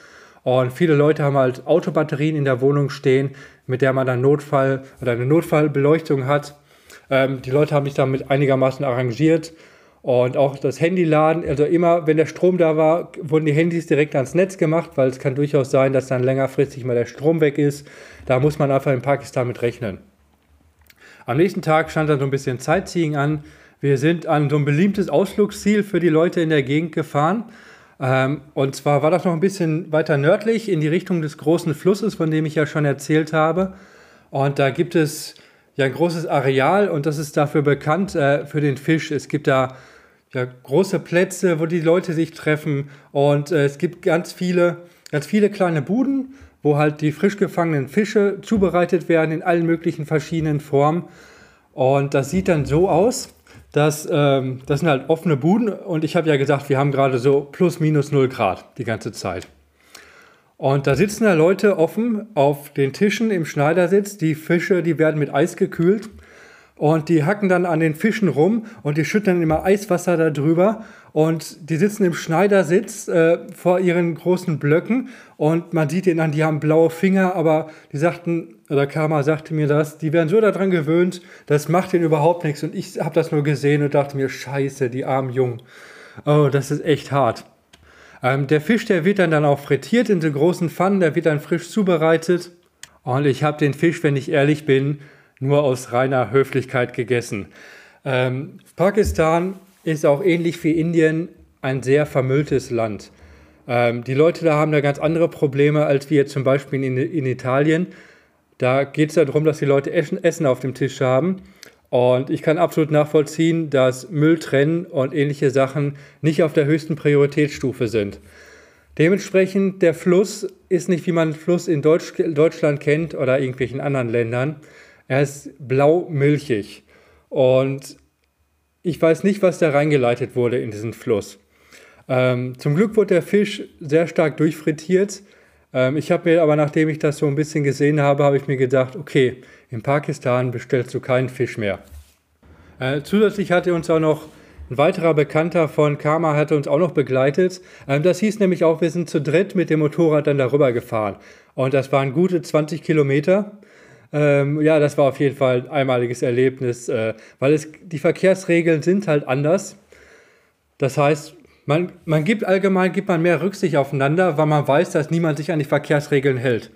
Und viele Leute haben halt Autobatterien in der Wohnung stehen, mit der man dann Notfall oder eine Notfallbeleuchtung hat. Die Leute haben sich damit einigermaßen arrangiert. Und auch das Handyladen, also immer, wenn der Strom da war, wurden die Handys direkt ans Netz gemacht, weil es kann durchaus sein, dass dann längerfristig mal der Strom weg ist. Da muss man einfach in Pakistan mit rechnen. Am nächsten Tag stand dann so ein bisschen Sightseeing an. Wir sind an so ein beliebtes Ausflugsziel für die Leute in der Gegend gefahren. Und zwar war das noch ein bisschen weiter nördlich in die Richtung des großen Flusses, von dem ich ja schon erzählt habe. Und da gibt es ja ein großes Areal und das ist dafür bekannt für den Fisch. Es gibt da ja große Plätze, wo die Leute sich treffen und es gibt ganz viele kleine Buden, wo halt die frisch gefangenen Fische zubereitet werden in allen möglichen verschiedenen Formen. Und das sieht dann so aus, dass das sind halt offene Buden und ich habe ja gesagt, wir haben gerade so plus minus 0 Grad die ganze Zeit. Und da sitzen da Leute offen auf den Tischen im Schneidersitz. Die Fische, die werden mit Eis gekühlt und die hacken dann an den Fischen rum und die schütten dann immer Eiswasser da drüber. Und die sitzen im Schneidersitz vor ihren großen Blöcken und man sieht denen an, die haben blaue Finger, aber die sagten, oder Karma sagte mir das, die werden so daran gewöhnt, das macht denen überhaupt nichts. Und ich habe das nur gesehen und dachte mir, scheiße, die armen Jungen. Oh, das ist echt hart. Der Fisch, der wird dann auch frittiert in so großen Pfannen, der wird dann frisch zubereitet. Und ich habe den Fisch, wenn ich ehrlich bin, nur aus reiner Höflichkeit gegessen. Pakistan ist auch ähnlich wie Indien ein sehr vermülltes Land. Die Leute da haben da ganz andere Probleme als wir zum Beispiel in Italien. Da geht es darum, dass die Leute Essen auf dem Tisch haben. Und ich kann absolut nachvollziehen, dass Müll trennen und ähnliche Sachen nicht auf der höchsten Prioritätsstufe sind. Dementsprechend, der Fluss ist nicht, wie man einen Fluss in Deutschland kennt oder irgendwelchen anderen Ländern. Er ist blau-milchig. Und ich weiß nicht, was da reingeleitet wurde in diesen Fluss. Zum Glück wurde der Fisch sehr stark durchfrittiert. Ich habe mir aber, nachdem ich das so ein bisschen gesehen habe, habe ich mir gedacht, okay, in Pakistan bestellst du keinen Fisch mehr. Zusätzlich hatte uns auch noch ein weiterer Bekannter von Karma hatte uns auch noch begleitet. Das hieß nämlich auch, wir sind zu dritt mit dem Motorrad dann darüber gefahren. Und das waren gute 20 Kilometer. Ja, das war auf jeden Fall ein einmaliges Erlebnis, weil die Verkehrsregeln sind halt anders. Das heißt, man gibt mehr Rücksicht aufeinander, weil man weiß, dass niemand sich an die Verkehrsregeln hält.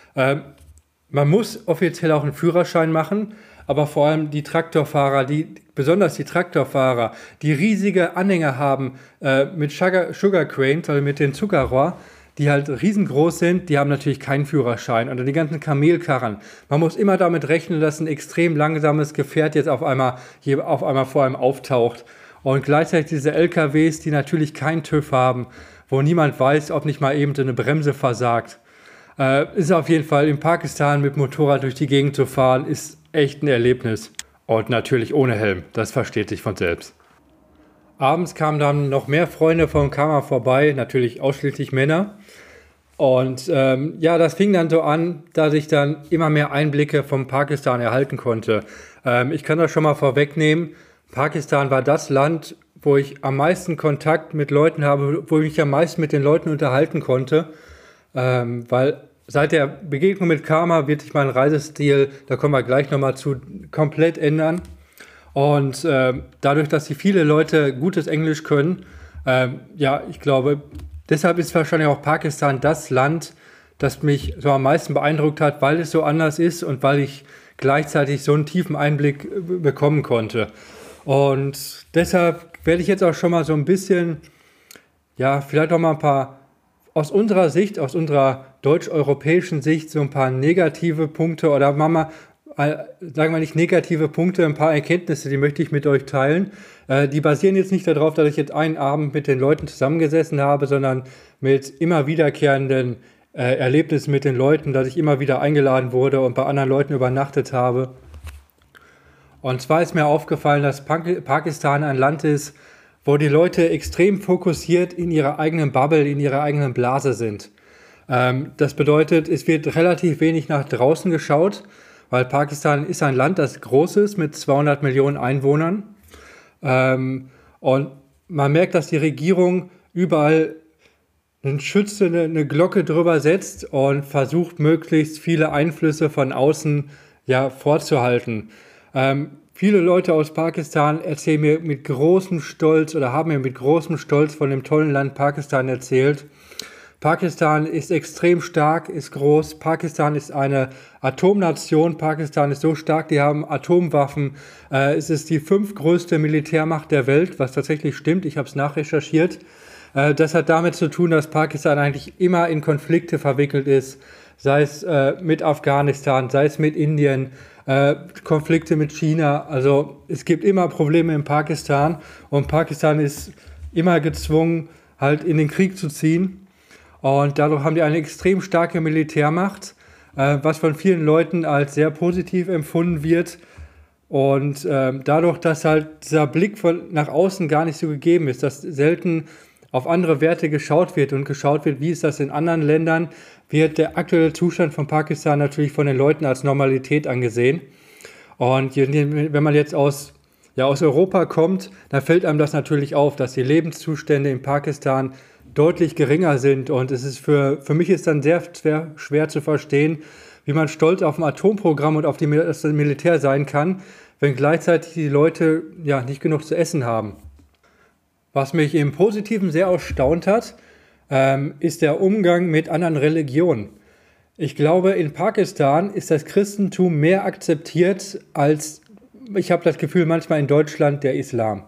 Man muss offiziell auch einen Führerschein machen, aber vor allem die Traktorfahrer, besonders die Traktorfahrer, die riesige Anhänger haben mit Sugar Cranes, also mit den Zuckerrohr, die halt riesengroß sind, die haben natürlich keinen Führerschein. Und die ganzen Kamelkarren. Man muss immer damit rechnen, dass ein extrem langsames Gefährt jetzt auf einmal vor einem auftaucht. Und gleichzeitig diese LKWs, die natürlich keinen TÜV haben, wo niemand weiß, ob nicht mal eben so eine Bremse versagt. Ist auf jeden Fall in Pakistan mit Motorrad durch die Gegend zu fahren, ist echt ein Erlebnis. Und natürlich ohne Helm, das versteht sich von selbst. Abends kamen dann noch mehr Freunde vom Karma vorbei, natürlich ausschließlich Männer. Und ja, das fing dann so an, dass ich dann immer mehr Einblicke vom Pakistan erhalten konnte. Ich kann das schon mal vorwegnehmen. Pakistan war das Land, wo ich am meisten Kontakt mit Leuten habe, wo ich mich am meisten mit den Leuten unterhalten konnte. Weil seit der Begegnung mit Karma wird sich mein Reisestil, da kommen wir gleich nochmal zu, komplett ändern. Und dadurch, dass die viele Leute gutes Englisch können, ja, ich glaube, deshalb ist wahrscheinlich auch Pakistan das Land, das mich so am meisten beeindruckt hat, weil es so anders ist und weil ich gleichzeitig so einen tiefen Einblick bekommen konnte. Und deshalb werde ich jetzt auch schon mal so ein bisschen, ja, vielleicht auch mal ein paar aus unserer Sicht, aus unserer deutsch-europäischen Sicht, so ein paar negative Punkte oder sagen wir nicht negative Punkte, ein paar Erkenntnisse, die möchte ich mit euch teilen. Die basieren jetzt nicht darauf, dass ich jetzt einen Abend mit den Leuten zusammengesessen habe, sondern mit immer wiederkehrenden Erlebnissen mit den Leuten, dass ich immer wieder eingeladen wurde und bei anderen Leuten übernachtet habe. Und zwar ist mir aufgefallen, dass Pakistan ein Land ist, wo die Leute extrem fokussiert in ihrer eigenen Bubble, in ihrer eigenen Blase sind. Das bedeutet, es wird relativ wenig nach draußen geschaut, weil Pakistan ist ein Land, das groß ist mit 200 Millionen Einwohnern. Und man merkt, dass die Regierung überall eine Schütze, eine Glocke drüber setzt und versucht, möglichst viele Einflüsse von außen ja, vorzuhalten. Viele Leute aus Pakistan erzählen mir mit großem Stolz oder haben mir mit großem Stolz von dem tollen Land Pakistan erzählt. Pakistan ist extrem stark, ist groß. Pakistan ist eine Atomnation. Pakistan ist so stark, die haben Atomwaffen. Es ist die 5. größte Militärmacht der Welt, was tatsächlich stimmt. Ich habe es nachrecherchiert. Das hat damit zu tun, dass Pakistan eigentlich immer in Konflikte verwickelt ist, sei es mit Afghanistan, sei es mit Indien, Konflikte mit China. Also es gibt immer Probleme in Pakistan und Pakistan ist immer gezwungen, halt in den Krieg zu ziehen. Und dadurch haben die eine extrem starke Militärmacht, was von vielen Leuten als sehr positiv empfunden wird. Und dadurch, dass halt dieser Blick nach außen gar nicht so gegeben ist, dass selten auf andere Werte geschaut wird und geschaut wird, wie ist das in anderen Ländern, wird der aktuelle Zustand von Pakistan natürlich von den Leuten als Normalität angesehen. Und wenn man jetzt aus Europa kommt, dann fällt einem das natürlich auf, dass die Lebenszustände in Pakistan deutlich geringer sind. Und es ist für mich ist dann sehr schwer zu verstehen, wie man stolz auf ein Atomprogramm und auf das Militär sein kann, wenn gleichzeitig die Leute ja nicht genug zu essen haben. Was mich im Positiven sehr erstaunt hat, ist der Umgang mit anderen Religionen. Ich glaube, in Pakistan ist das Christentum mehr akzeptiert als, ich habe das Gefühl, manchmal in Deutschland der Islam.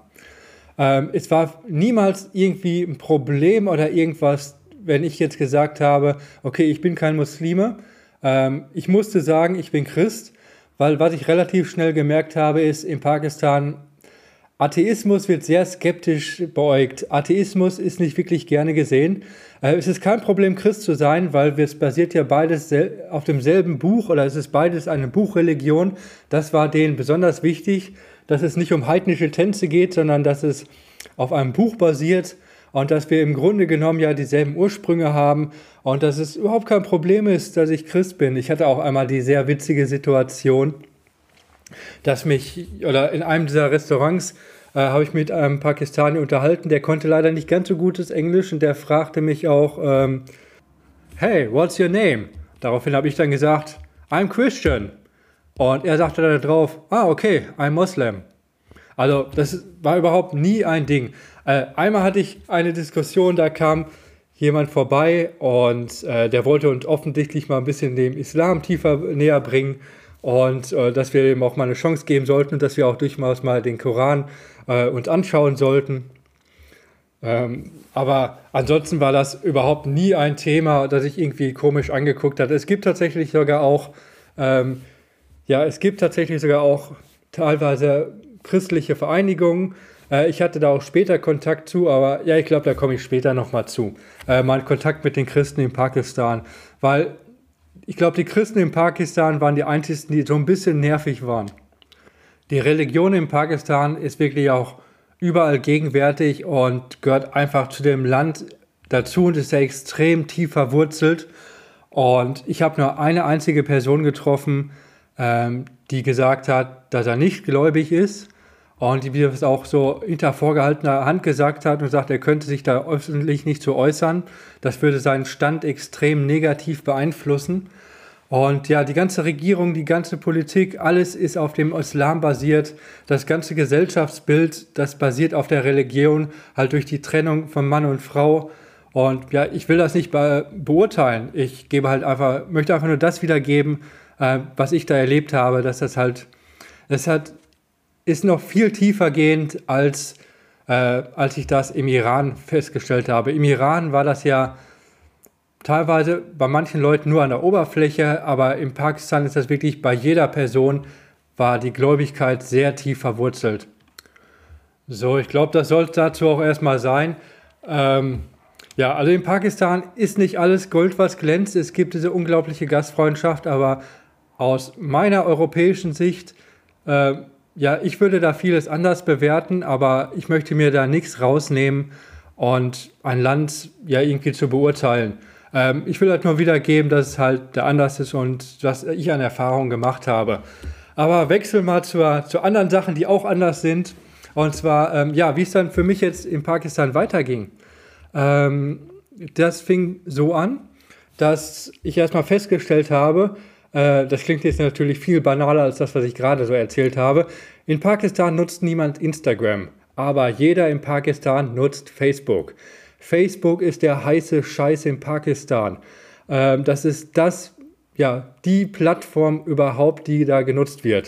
Es war niemals irgendwie ein Problem oder irgendwas, wenn ich jetzt gesagt habe, okay, ich bin kein Muslime. Ich musste sagen, ich bin Christ, weil was ich relativ schnell gemerkt habe, ist in Pakistan, Atheismus wird sehr skeptisch beäugt. Atheismus ist nicht wirklich gerne gesehen. Es ist kein Problem, Christ zu sein, weil es basiert ja beides auf demselben Buch oder es ist beides eine Buchreligion. Das war denen besonders wichtig, dass es nicht um heidnische Tänze geht, sondern dass es auf einem Buch basiert und dass wir im Grunde genommen ja dieselben Ursprünge haben und dass es überhaupt kein Problem ist, dass ich Christ bin. Ich hatte auch einmal die sehr witzige Situation, dass in einem dieser Restaurants habe ich mit einem Pakistani unterhalten, der konnte leider nicht ganz so gutes Englisch und der fragte mich auch, hey, what's your name? Daraufhin habe ich dann gesagt, I'm Christian. Und er sagte dann drauf, okay, I'm Muslim. Also das war überhaupt nie ein Ding. Einmal hatte ich eine Diskussion, da kam jemand vorbei und der wollte uns offensichtlich mal ein bisschen dem Islam tiefer näher bringen und dass wir ihm auch mal eine Chance geben sollten und dass wir auch durchaus mal den Koran uns anschauen sollten. Aber ansonsten war das überhaupt nie ein Thema, das ich irgendwie komisch angeguckt hatte. Es gibt tatsächlich sogar auch teilweise christliche Vereinigungen. Ich hatte da auch später Kontakt zu, aber ja, ich glaube, da komme ich später nochmal zu. Mein Kontakt mit den Christen in Pakistan, weil ich glaube, die Christen in Pakistan waren die einzigen, die so ein bisschen nervig waren. Die Religion in Pakistan ist wirklich auch überall gegenwärtig und gehört einfach zu dem Land dazu und ist ja extrem tief verwurzelt. Und ich habe nur eine einzige Person getroffen, die gesagt hat, dass er nicht gläubig ist und die das auch so hinter vorgehaltener Hand gesagt hat und sagt, er könnte sich da öffentlich nicht zu äußern. Das würde seinen Stand extrem negativ beeinflussen. Und ja, die ganze Regierung, die ganze Politik, alles ist auf dem Islam basiert. Das ganze Gesellschaftsbild, das basiert auf der Religion, halt durch die Trennung von Mann und Frau. Und ja, ich will das nicht beurteilen. Ich möchte einfach nur das wiedergeben, was ich da erlebt habe, dass ist noch viel tiefer gehend, als ich das im Iran festgestellt habe. Im Iran war das ja teilweise bei manchen Leuten nur an der Oberfläche, aber in Pakistan ist das wirklich bei jeder Person, war die Gläubigkeit sehr tief verwurzelt. So, ich glaube, das sollte dazu auch erstmal sein. Also in Pakistan ist nicht alles Gold, was glänzt. Es gibt diese unglaubliche Gastfreundschaft, aber aus meiner europäischen Sicht, ich würde da vieles anders bewerten, aber ich möchte mir da nichts rausnehmen und ein Land irgendwie zu beurteilen. Ich will halt nur wiedergeben, dass es halt der anders ist und was ich an Erfahrungen gemacht habe. Aber wechseln mal zu anderen Sachen, die auch anders sind. Und zwar, wie es dann für mich jetzt in Pakistan weiterging. das fing so an, dass ich erstmal festgestellt habe, das klingt jetzt natürlich viel banaler als das, was ich gerade so erzählt habe. In Pakistan nutzt niemand Instagram, aber jeder in Pakistan nutzt Facebook. Facebook ist der heiße Scheiß in Pakistan. Das ist die Plattform überhaupt, die da genutzt wird.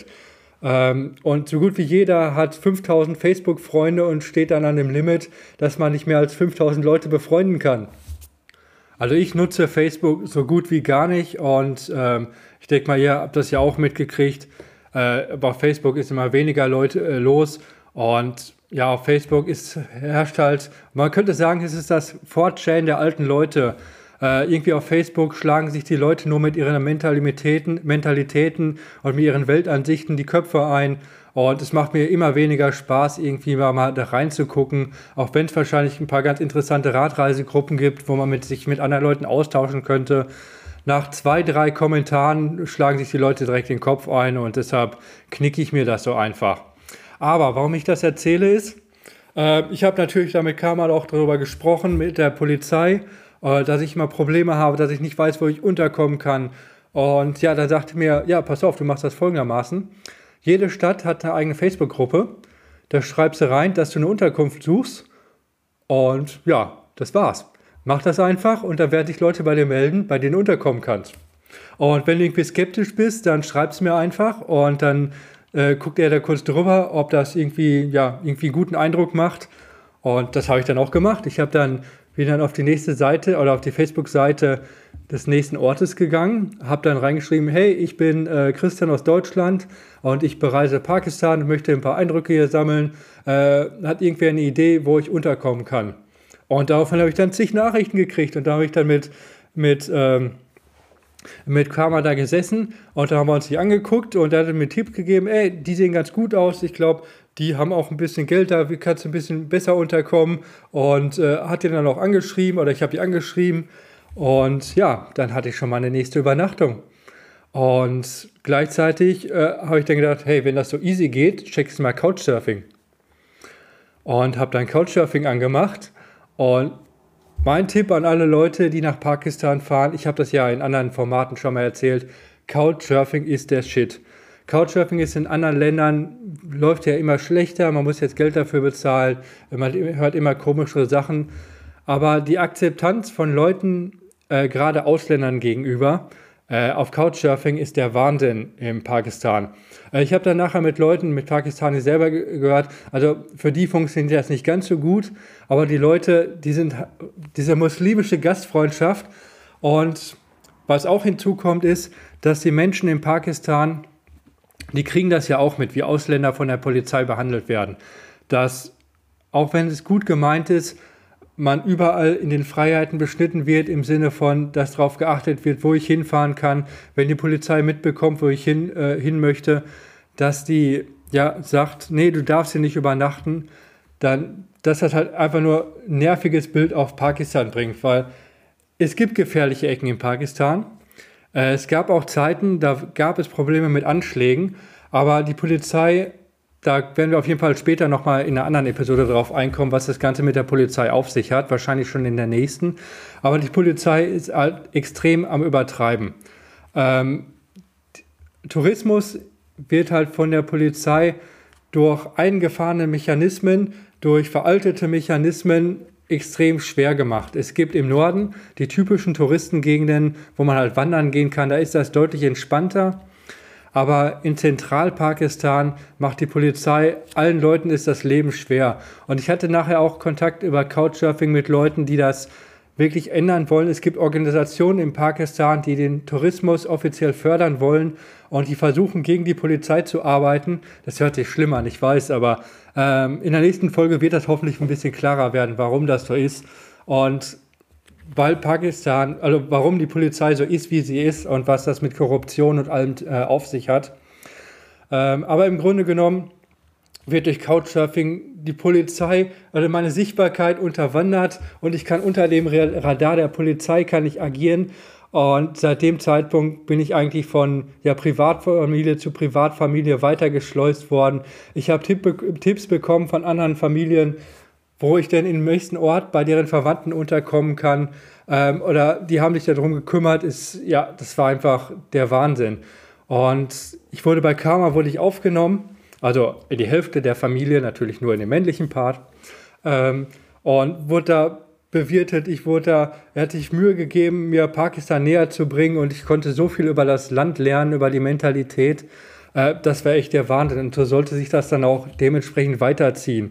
Und so gut wie jeder hat 5000 Facebook-Freunde und steht dann an dem Limit, dass man nicht mehr als 5000 Leute befreunden kann. Also ich nutze Facebook so gut wie gar nicht und ich denke mal, ihr habt das ja auch mitgekriegt. Aber auf Facebook ist immer weniger Leute los und ja, auf Facebook herrscht halt, man könnte sagen, es ist das 4chan der alten Leute. Irgendwie auf Facebook schlagen sich die Leute nur mit ihren Mentalitäten und mit ihren Weltansichten die Köpfe ein. Und es macht mir immer weniger Spaß, irgendwie mal da reinzugucken, auch wenn es wahrscheinlich ein paar ganz interessante Radreisegruppen gibt, wo man sich mit anderen Leuten austauschen könnte. Nach 2, 3 Kommentaren schlagen sich die Leute direkt den Kopf ein und deshalb knicke ich mir das so einfach. Aber warum ich das erzähle ist, ich habe natürlich damit Kamal auch darüber gesprochen mit der Polizei, dass ich immer Probleme habe, dass ich nicht weiß, wo ich unterkommen kann. Und ja, da sagte mir, ja, pass auf, du machst das folgendermaßen. Jede Stadt hat eine eigene Facebook-Gruppe. Da schreibst du rein, dass du eine Unterkunft suchst. Und ja, das war's. Mach das einfach und dann werden sich Leute bei dir melden, bei denen du unterkommen kannst. Und wenn du irgendwie skeptisch bist, dann schreib's mir einfach und dann guckt er da kurz drüber, ob das irgendwie einen guten Eindruck macht. Und das habe ich dann auch gemacht. Ich habe dann wieder auf die nächste Seite oder auf die Facebook-Seite des nächsten Ortes gegangen, habe dann reingeschrieben, hey, ich bin Christian aus Deutschland und ich bereise Pakistan und möchte ein paar Eindrücke hier sammeln. Hat irgendwer eine Idee, wo ich unterkommen kann? Und daraufhin habe ich dann zig Nachrichten gekriegt und da habe ich dann mit Karma da gesessen und da haben wir uns die angeguckt und er hat mir einen Tipp gegeben, ey, die sehen ganz gut aus, ich glaube, die haben auch ein bisschen Geld da, wie kannst du ein bisschen besser unterkommen und hat die dann auch angeschrieben oder ich habe die angeschrieben und ja, dann hatte ich schon mal eine nächste Übernachtung und gleichzeitig habe ich dann gedacht, hey, wenn das so easy geht, checkst du mal Couchsurfing und habe dann Couchsurfing angemacht und mein Tipp an alle Leute, die nach Pakistan fahren, ich habe das ja in anderen Formaten schon mal erzählt, Couchsurfing ist der Shit. Couchsurfing ist in anderen Ländern, läuft ja immer schlechter, man muss jetzt Geld dafür bezahlen, man hört immer komischere Sachen, aber die Akzeptanz von Leuten, gerade Ausländern gegenüber, auf Couchsurfing ist der Wahnsinn in Pakistan. Ich habe dann nachher mit Leuten, mit Pakistanis selber gehört, also für die funktioniert das nicht ganz so gut, aber die Leute, die sind diese muslimische Gastfreundschaft und was auch hinzukommt ist, dass die Menschen in Pakistan, die kriegen das ja auch mit, wie Ausländer von der Polizei behandelt werden. Dass, auch wenn es gut gemeint ist, man überall in den Freiheiten beschnitten wird, im Sinne von, dass darauf geachtet wird, wo ich hinfahren kann, wenn die Polizei mitbekommt, wo ich hin möchte, dass die sagt, nee, du darfst hier nicht übernachten, dann, dass das halt einfach nur ein nerviges Bild auf Pakistan bringt, weil es gibt gefährliche Ecken in Pakistan. Es gab auch Zeiten, da gab es Probleme mit Anschlägen, aber die Polizei, da werden wir auf jeden Fall später nochmal in einer anderen Episode drauf einkommen, was das Ganze mit der Polizei auf sich hat, wahrscheinlich schon in der nächsten. Aber die Polizei ist halt extrem am Übertreiben. Tourismus wird halt von der Polizei durch eingefahrene Mechanismen, durch veraltete Mechanismen extrem schwer gemacht. Es gibt im Norden die typischen Touristengegenden, wo man halt wandern gehen kann, da ist das deutlich entspannter. Aber in Zentralpakistan macht die Polizei, allen Leuten ist das Leben schwer. Und ich hatte nachher auch Kontakt über Couchsurfing mit Leuten, die das wirklich ändern wollen. Es gibt Organisationen in Pakistan, die den Tourismus offiziell fördern wollen und die versuchen, gegen die Polizei zu arbeiten. Das hört sich schlimm an, ich weiß, aber in der nächsten Folge wird das hoffentlich ein bisschen klarer werden, warum das so ist. Und weil Pakistan, also warum die Polizei so ist, wie sie ist und was das mit Korruption und allem auf sich hat. Aber im Grunde genommen wird durch Couchsurfing die Polizei, also meine Sichtbarkeit unterwandert und ich kann unter dem Radar der Polizei kann ich agieren. Und seit dem Zeitpunkt bin ich eigentlich von Privatfamilie zu Privatfamilie weitergeschleust worden. Ich habe Tipps bekommen von anderen Familien, wo ich denn im nächsten Ort bei deren Verwandten unterkommen kann. Oder die haben sich darum gekümmert, das war einfach der Wahnsinn. Und bei Karma wurde ich aufgenommen, also in die Hälfte der Familie, natürlich nur in den männlichen Part, und wurde da bewirtet. Er hat sich Mühe gegeben, mir Pakistan näher zu bringen, und ich konnte so viel über das Land lernen, über die Mentalität. Das war echt der Wahnsinn, und so sollte sich das dann auch dementsprechend weiterziehen.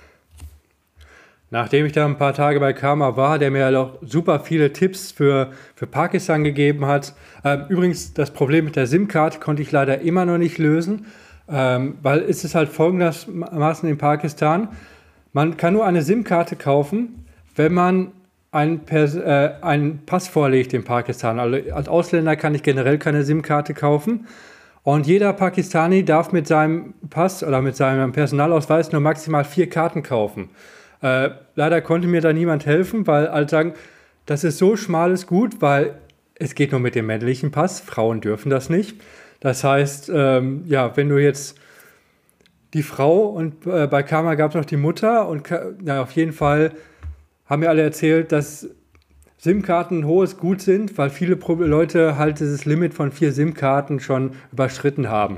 Nachdem ich da ein paar Tage bei Karma war, der mir auch super viele Tipps für Pakistan gegeben hat. Übrigens, das Problem mit der SIM-Card konnte ich leider immer noch nicht lösen, weil es ist halt folgendermaßen in Pakistan: Man kann nur eine SIM-Karte kaufen, wenn man einen Pass vorlegt in Pakistan. Also als Ausländer kann ich generell keine SIM-Karte kaufen. Und jeder Pakistani darf mit seinem Pass oder mit seinem Personalausweis nur maximal 4 Karten kaufen. Leider konnte mir da niemand helfen, weil alle sagen, das ist so schmales Gut, weil es geht nur mit dem männlichen Pass. Frauen dürfen das nicht. Das heißt, wenn du jetzt die Frau und bei Karma gab es noch die Mutter, und auf jeden Fall haben mir alle erzählt, dass SIM-Karten ein hohes Gut sind, weil viele Leute halt dieses Limit von 4 SIM-Karten schon überschritten haben.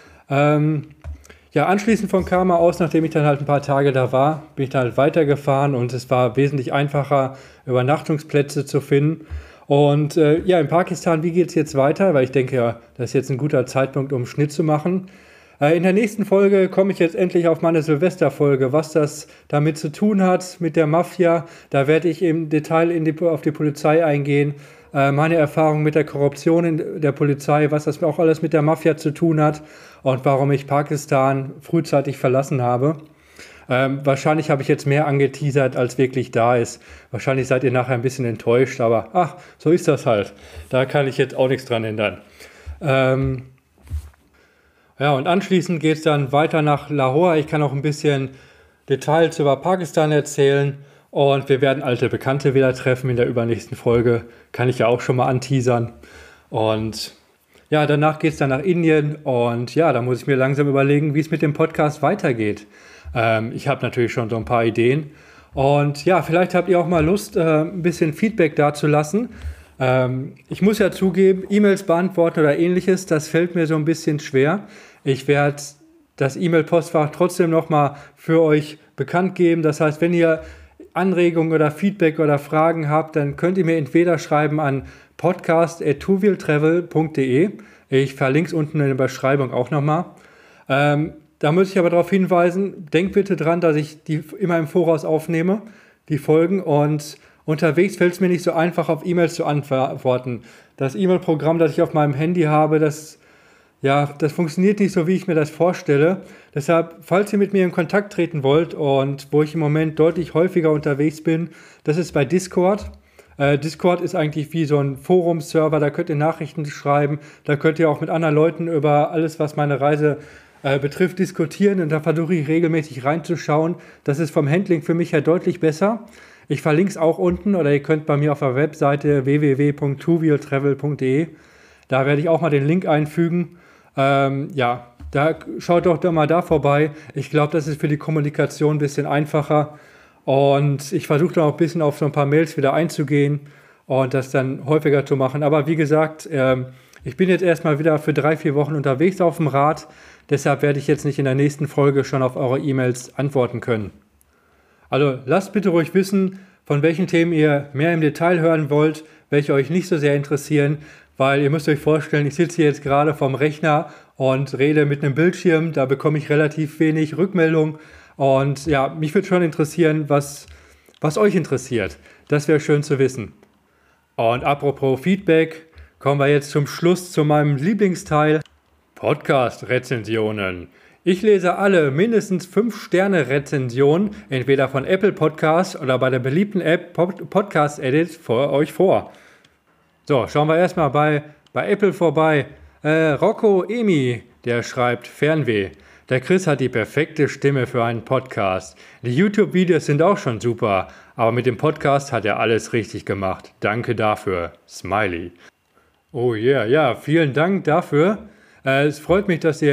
Anschließend von Karma aus, nachdem ich dann halt ein paar Tage da war, bin ich dann halt weitergefahren, und es war wesentlich einfacher, Übernachtungsplätze zu finden. Und in Pakistan, wie geht es jetzt weiter? Weil ich denke, ja, das ist jetzt ein guter Zeitpunkt, um einen Schnitt zu machen. In der nächsten Folge komme ich jetzt endlich auf meine Silvesterfolge, was das damit zu tun hat mit der Mafia. Da werde ich im Detail auf die Polizei eingehen, meine Erfahrungen mit der Korruption in der Polizei, was das auch alles mit der Mafia zu tun hat und warum ich Pakistan frühzeitig verlassen habe. Wahrscheinlich habe ich jetzt mehr angeteasert, als wirklich da ist. Wahrscheinlich seid ihr nachher ein bisschen enttäuscht, aber so ist das halt. Da kann ich jetzt auch nichts dran ändern. Und anschließend geht es dann weiter nach Lahore. Ich kann auch ein bisschen Details über Pakistan erzählen, und wir werden alte Bekannte wieder treffen in der übernächsten Folge. Kann ich ja auch schon mal anteasern. Und danach geht es dann nach Indien, und da muss ich mir langsam überlegen, wie es mit dem Podcast weitergeht. Ich habe natürlich schon so ein paar Ideen, und vielleicht habt ihr auch mal Lust, ein bisschen Feedback dazulassen. Ich muss ja zugeben, E-Mails beantworten oder ähnliches, das fällt mir so ein bisschen schwer. Ich werde das E-Mail-Postfach trotzdem nochmal für euch bekannt geben. Das heißt, wenn ihr Anregungen oder Feedback oder Fragen habt, dann könnt ihr mir entweder schreiben an podcast@twowheeltravel.de. Ich verlinke es unten in der Beschreibung auch nochmal. Da muss ich aber darauf hinweisen, denkt bitte dran, dass ich die immer im Voraus aufnehme, die Folgen, und unterwegs fällt es mir nicht so einfach, auf E-Mails zu antworten. Das E-Mail-Programm, das ich auf meinem Handy habe, das funktioniert nicht so, wie ich mir das vorstelle. Deshalb, falls ihr mit mir in Kontakt treten wollt, und wo ich im Moment deutlich häufiger unterwegs bin, das ist bei Discord. Discord ist eigentlich wie so ein Forumserver, da könnt ihr Nachrichten schreiben, da könnt ihr auch mit anderen Leuten über alles, was meine Reise betrifft, diskutieren, und da versuche ich regelmäßig reinzuschauen. Das ist vom Handling für mich ja deutlich besser. Ich verlinke es auch unten, oder ihr könnt bei mir auf der Webseite www.twowheeltravel.de, da werde ich auch mal den Link einfügen. Da schaut doch mal da vorbei. Ich glaube, das ist für die Kommunikation ein bisschen einfacher, und ich versuche dann auch ein bisschen auf so ein paar Mails wieder einzugehen und das dann häufiger zu machen. Aber wie gesagt, ich bin jetzt erstmal wieder für 3-4 Wochen unterwegs auf dem Rad, deshalb werde ich jetzt nicht in der nächsten Folge schon auf eure E-Mails antworten können. Also lasst bitte ruhig wissen, von welchen Themen ihr mehr im Detail hören wollt, welche euch nicht so sehr interessieren, weil ihr müsst euch vorstellen, ich sitze hier jetzt gerade vorm Rechner und rede mit einem Bildschirm, da bekomme ich relativ wenig Rückmeldung, und mich würde schon interessieren, was euch interessiert. Das wäre schön zu wissen. Und apropos Feedback, kommen wir jetzt zum Schluss zu meinem Lieblingsteil, Podcast-Rezensionen. Ich lese alle mindestens 5-Sterne-Rezensionen, entweder von Apple Podcasts oder bei der beliebten App Podcast Edit, für euch vor. So, schauen wir erstmal bei Apple vorbei. Rocco Emi, der schreibt Fernweh. Der Chris hat die perfekte Stimme für einen Podcast. Die YouTube-Videos sind auch schon super, aber mit dem Podcast hat er alles richtig gemacht. Danke dafür. Smiley. Oh yeah, vielen Dank dafür. Es freut mich, dass ihr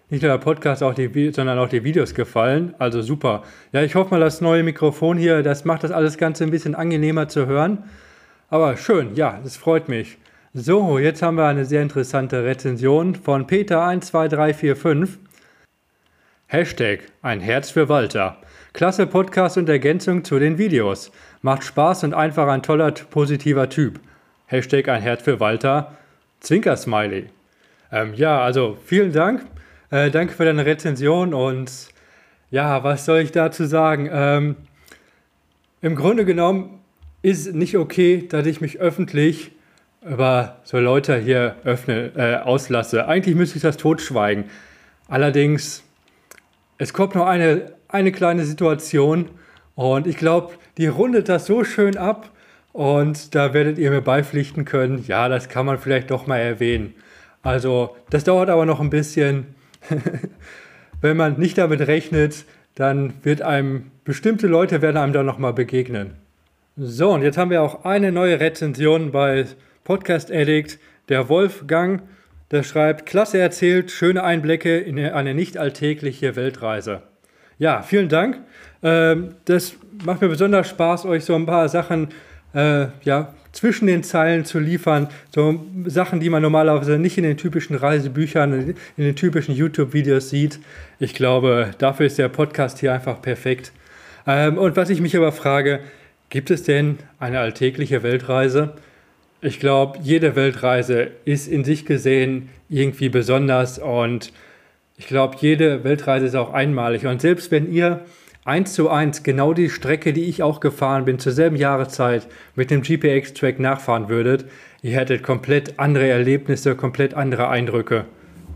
nicht nur der Podcast, sondern auch die Videos gefallen. Also super. Ja, ich hoffe mal, das neue Mikrofon hier, das macht das alles Ganze ein bisschen angenehmer zu hören. Aber schön, ja, das freut mich. So, jetzt haben wir eine sehr interessante Rezension von Peter12345. Hashtag ein Herz für Walter. Klasse Podcast und Ergänzung zu den Videos. Macht Spaß und einfach ein toller, positiver Typ. Hashtag ein Herz für Walter. Zwinker-Smiley. Ja, also vielen Dank. Danke für deine Rezension und ja, was soll ich dazu sagen? Im Grunde genommen ist es nicht okay, dass ich mich öffentlich über so Leute hier auslasse. Eigentlich müsste ich das totschweigen. Allerdings, es kommt noch eine kleine Situation und ich glaube, die rundet das so schön ab und da werdet ihr mir beipflichten können, ja, das kann man vielleicht doch mal erwähnen. Also, das dauert aber noch ein bisschen. Wenn man nicht damit rechnet, dann bestimmte Leute werden einem da nochmal begegnen. So, und jetzt haben wir auch eine neue Rezension bei Podcast Addict. Der Wolfgang, der schreibt, klasse erzählt, schöne Einblicke in eine nicht alltägliche Weltreise. Ja, vielen Dank. Das macht mir besonders Spaß, euch so ein paar Sachen zwischen den Zeilen zu liefern. So Sachen, die man normalerweise nicht in den typischen Reisebüchern, in den typischen YouTube-Videos sieht. Ich glaube, dafür ist der Podcast hier einfach perfekt. Und was ich mich aber frage, gibt es denn eine alltägliche Weltreise? Ich glaube, jede Weltreise ist in sich gesehen irgendwie besonders und ich glaube, jede Weltreise ist auch einmalig. Und selbst wenn ihr 1:1 genau die Strecke, die ich auch gefahren bin, zur selben Jahreszeit mit dem GPX-Track nachfahren würdet, ihr hättet komplett andere Erlebnisse, komplett andere Eindrücke.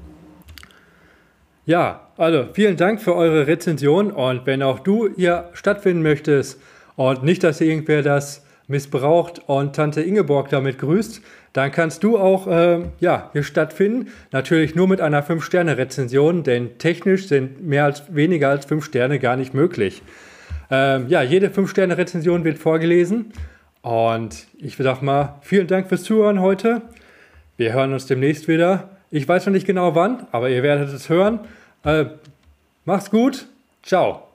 Ja, also vielen Dank für eure Rezension und wenn auch du hier stattfinden möchtest und nicht, dass irgendwer das missbraucht und Tante Ingeborg damit grüßt, dann kannst du auch hier stattfinden. Natürlich nur mit einer 5-Sterne-Rezension, denn technisch sind weniger als 5 Sterne gar nicht möglich. Jede 5-Sterne-Rezension wird vorgelesen und ich sag mal, vielen Dank fürs Zuhören heute. Wir hören uns demnächst wieder. Ich weiß noch nicht genau wann, aber ihr werdet es hören. Macht's gut. Ciao.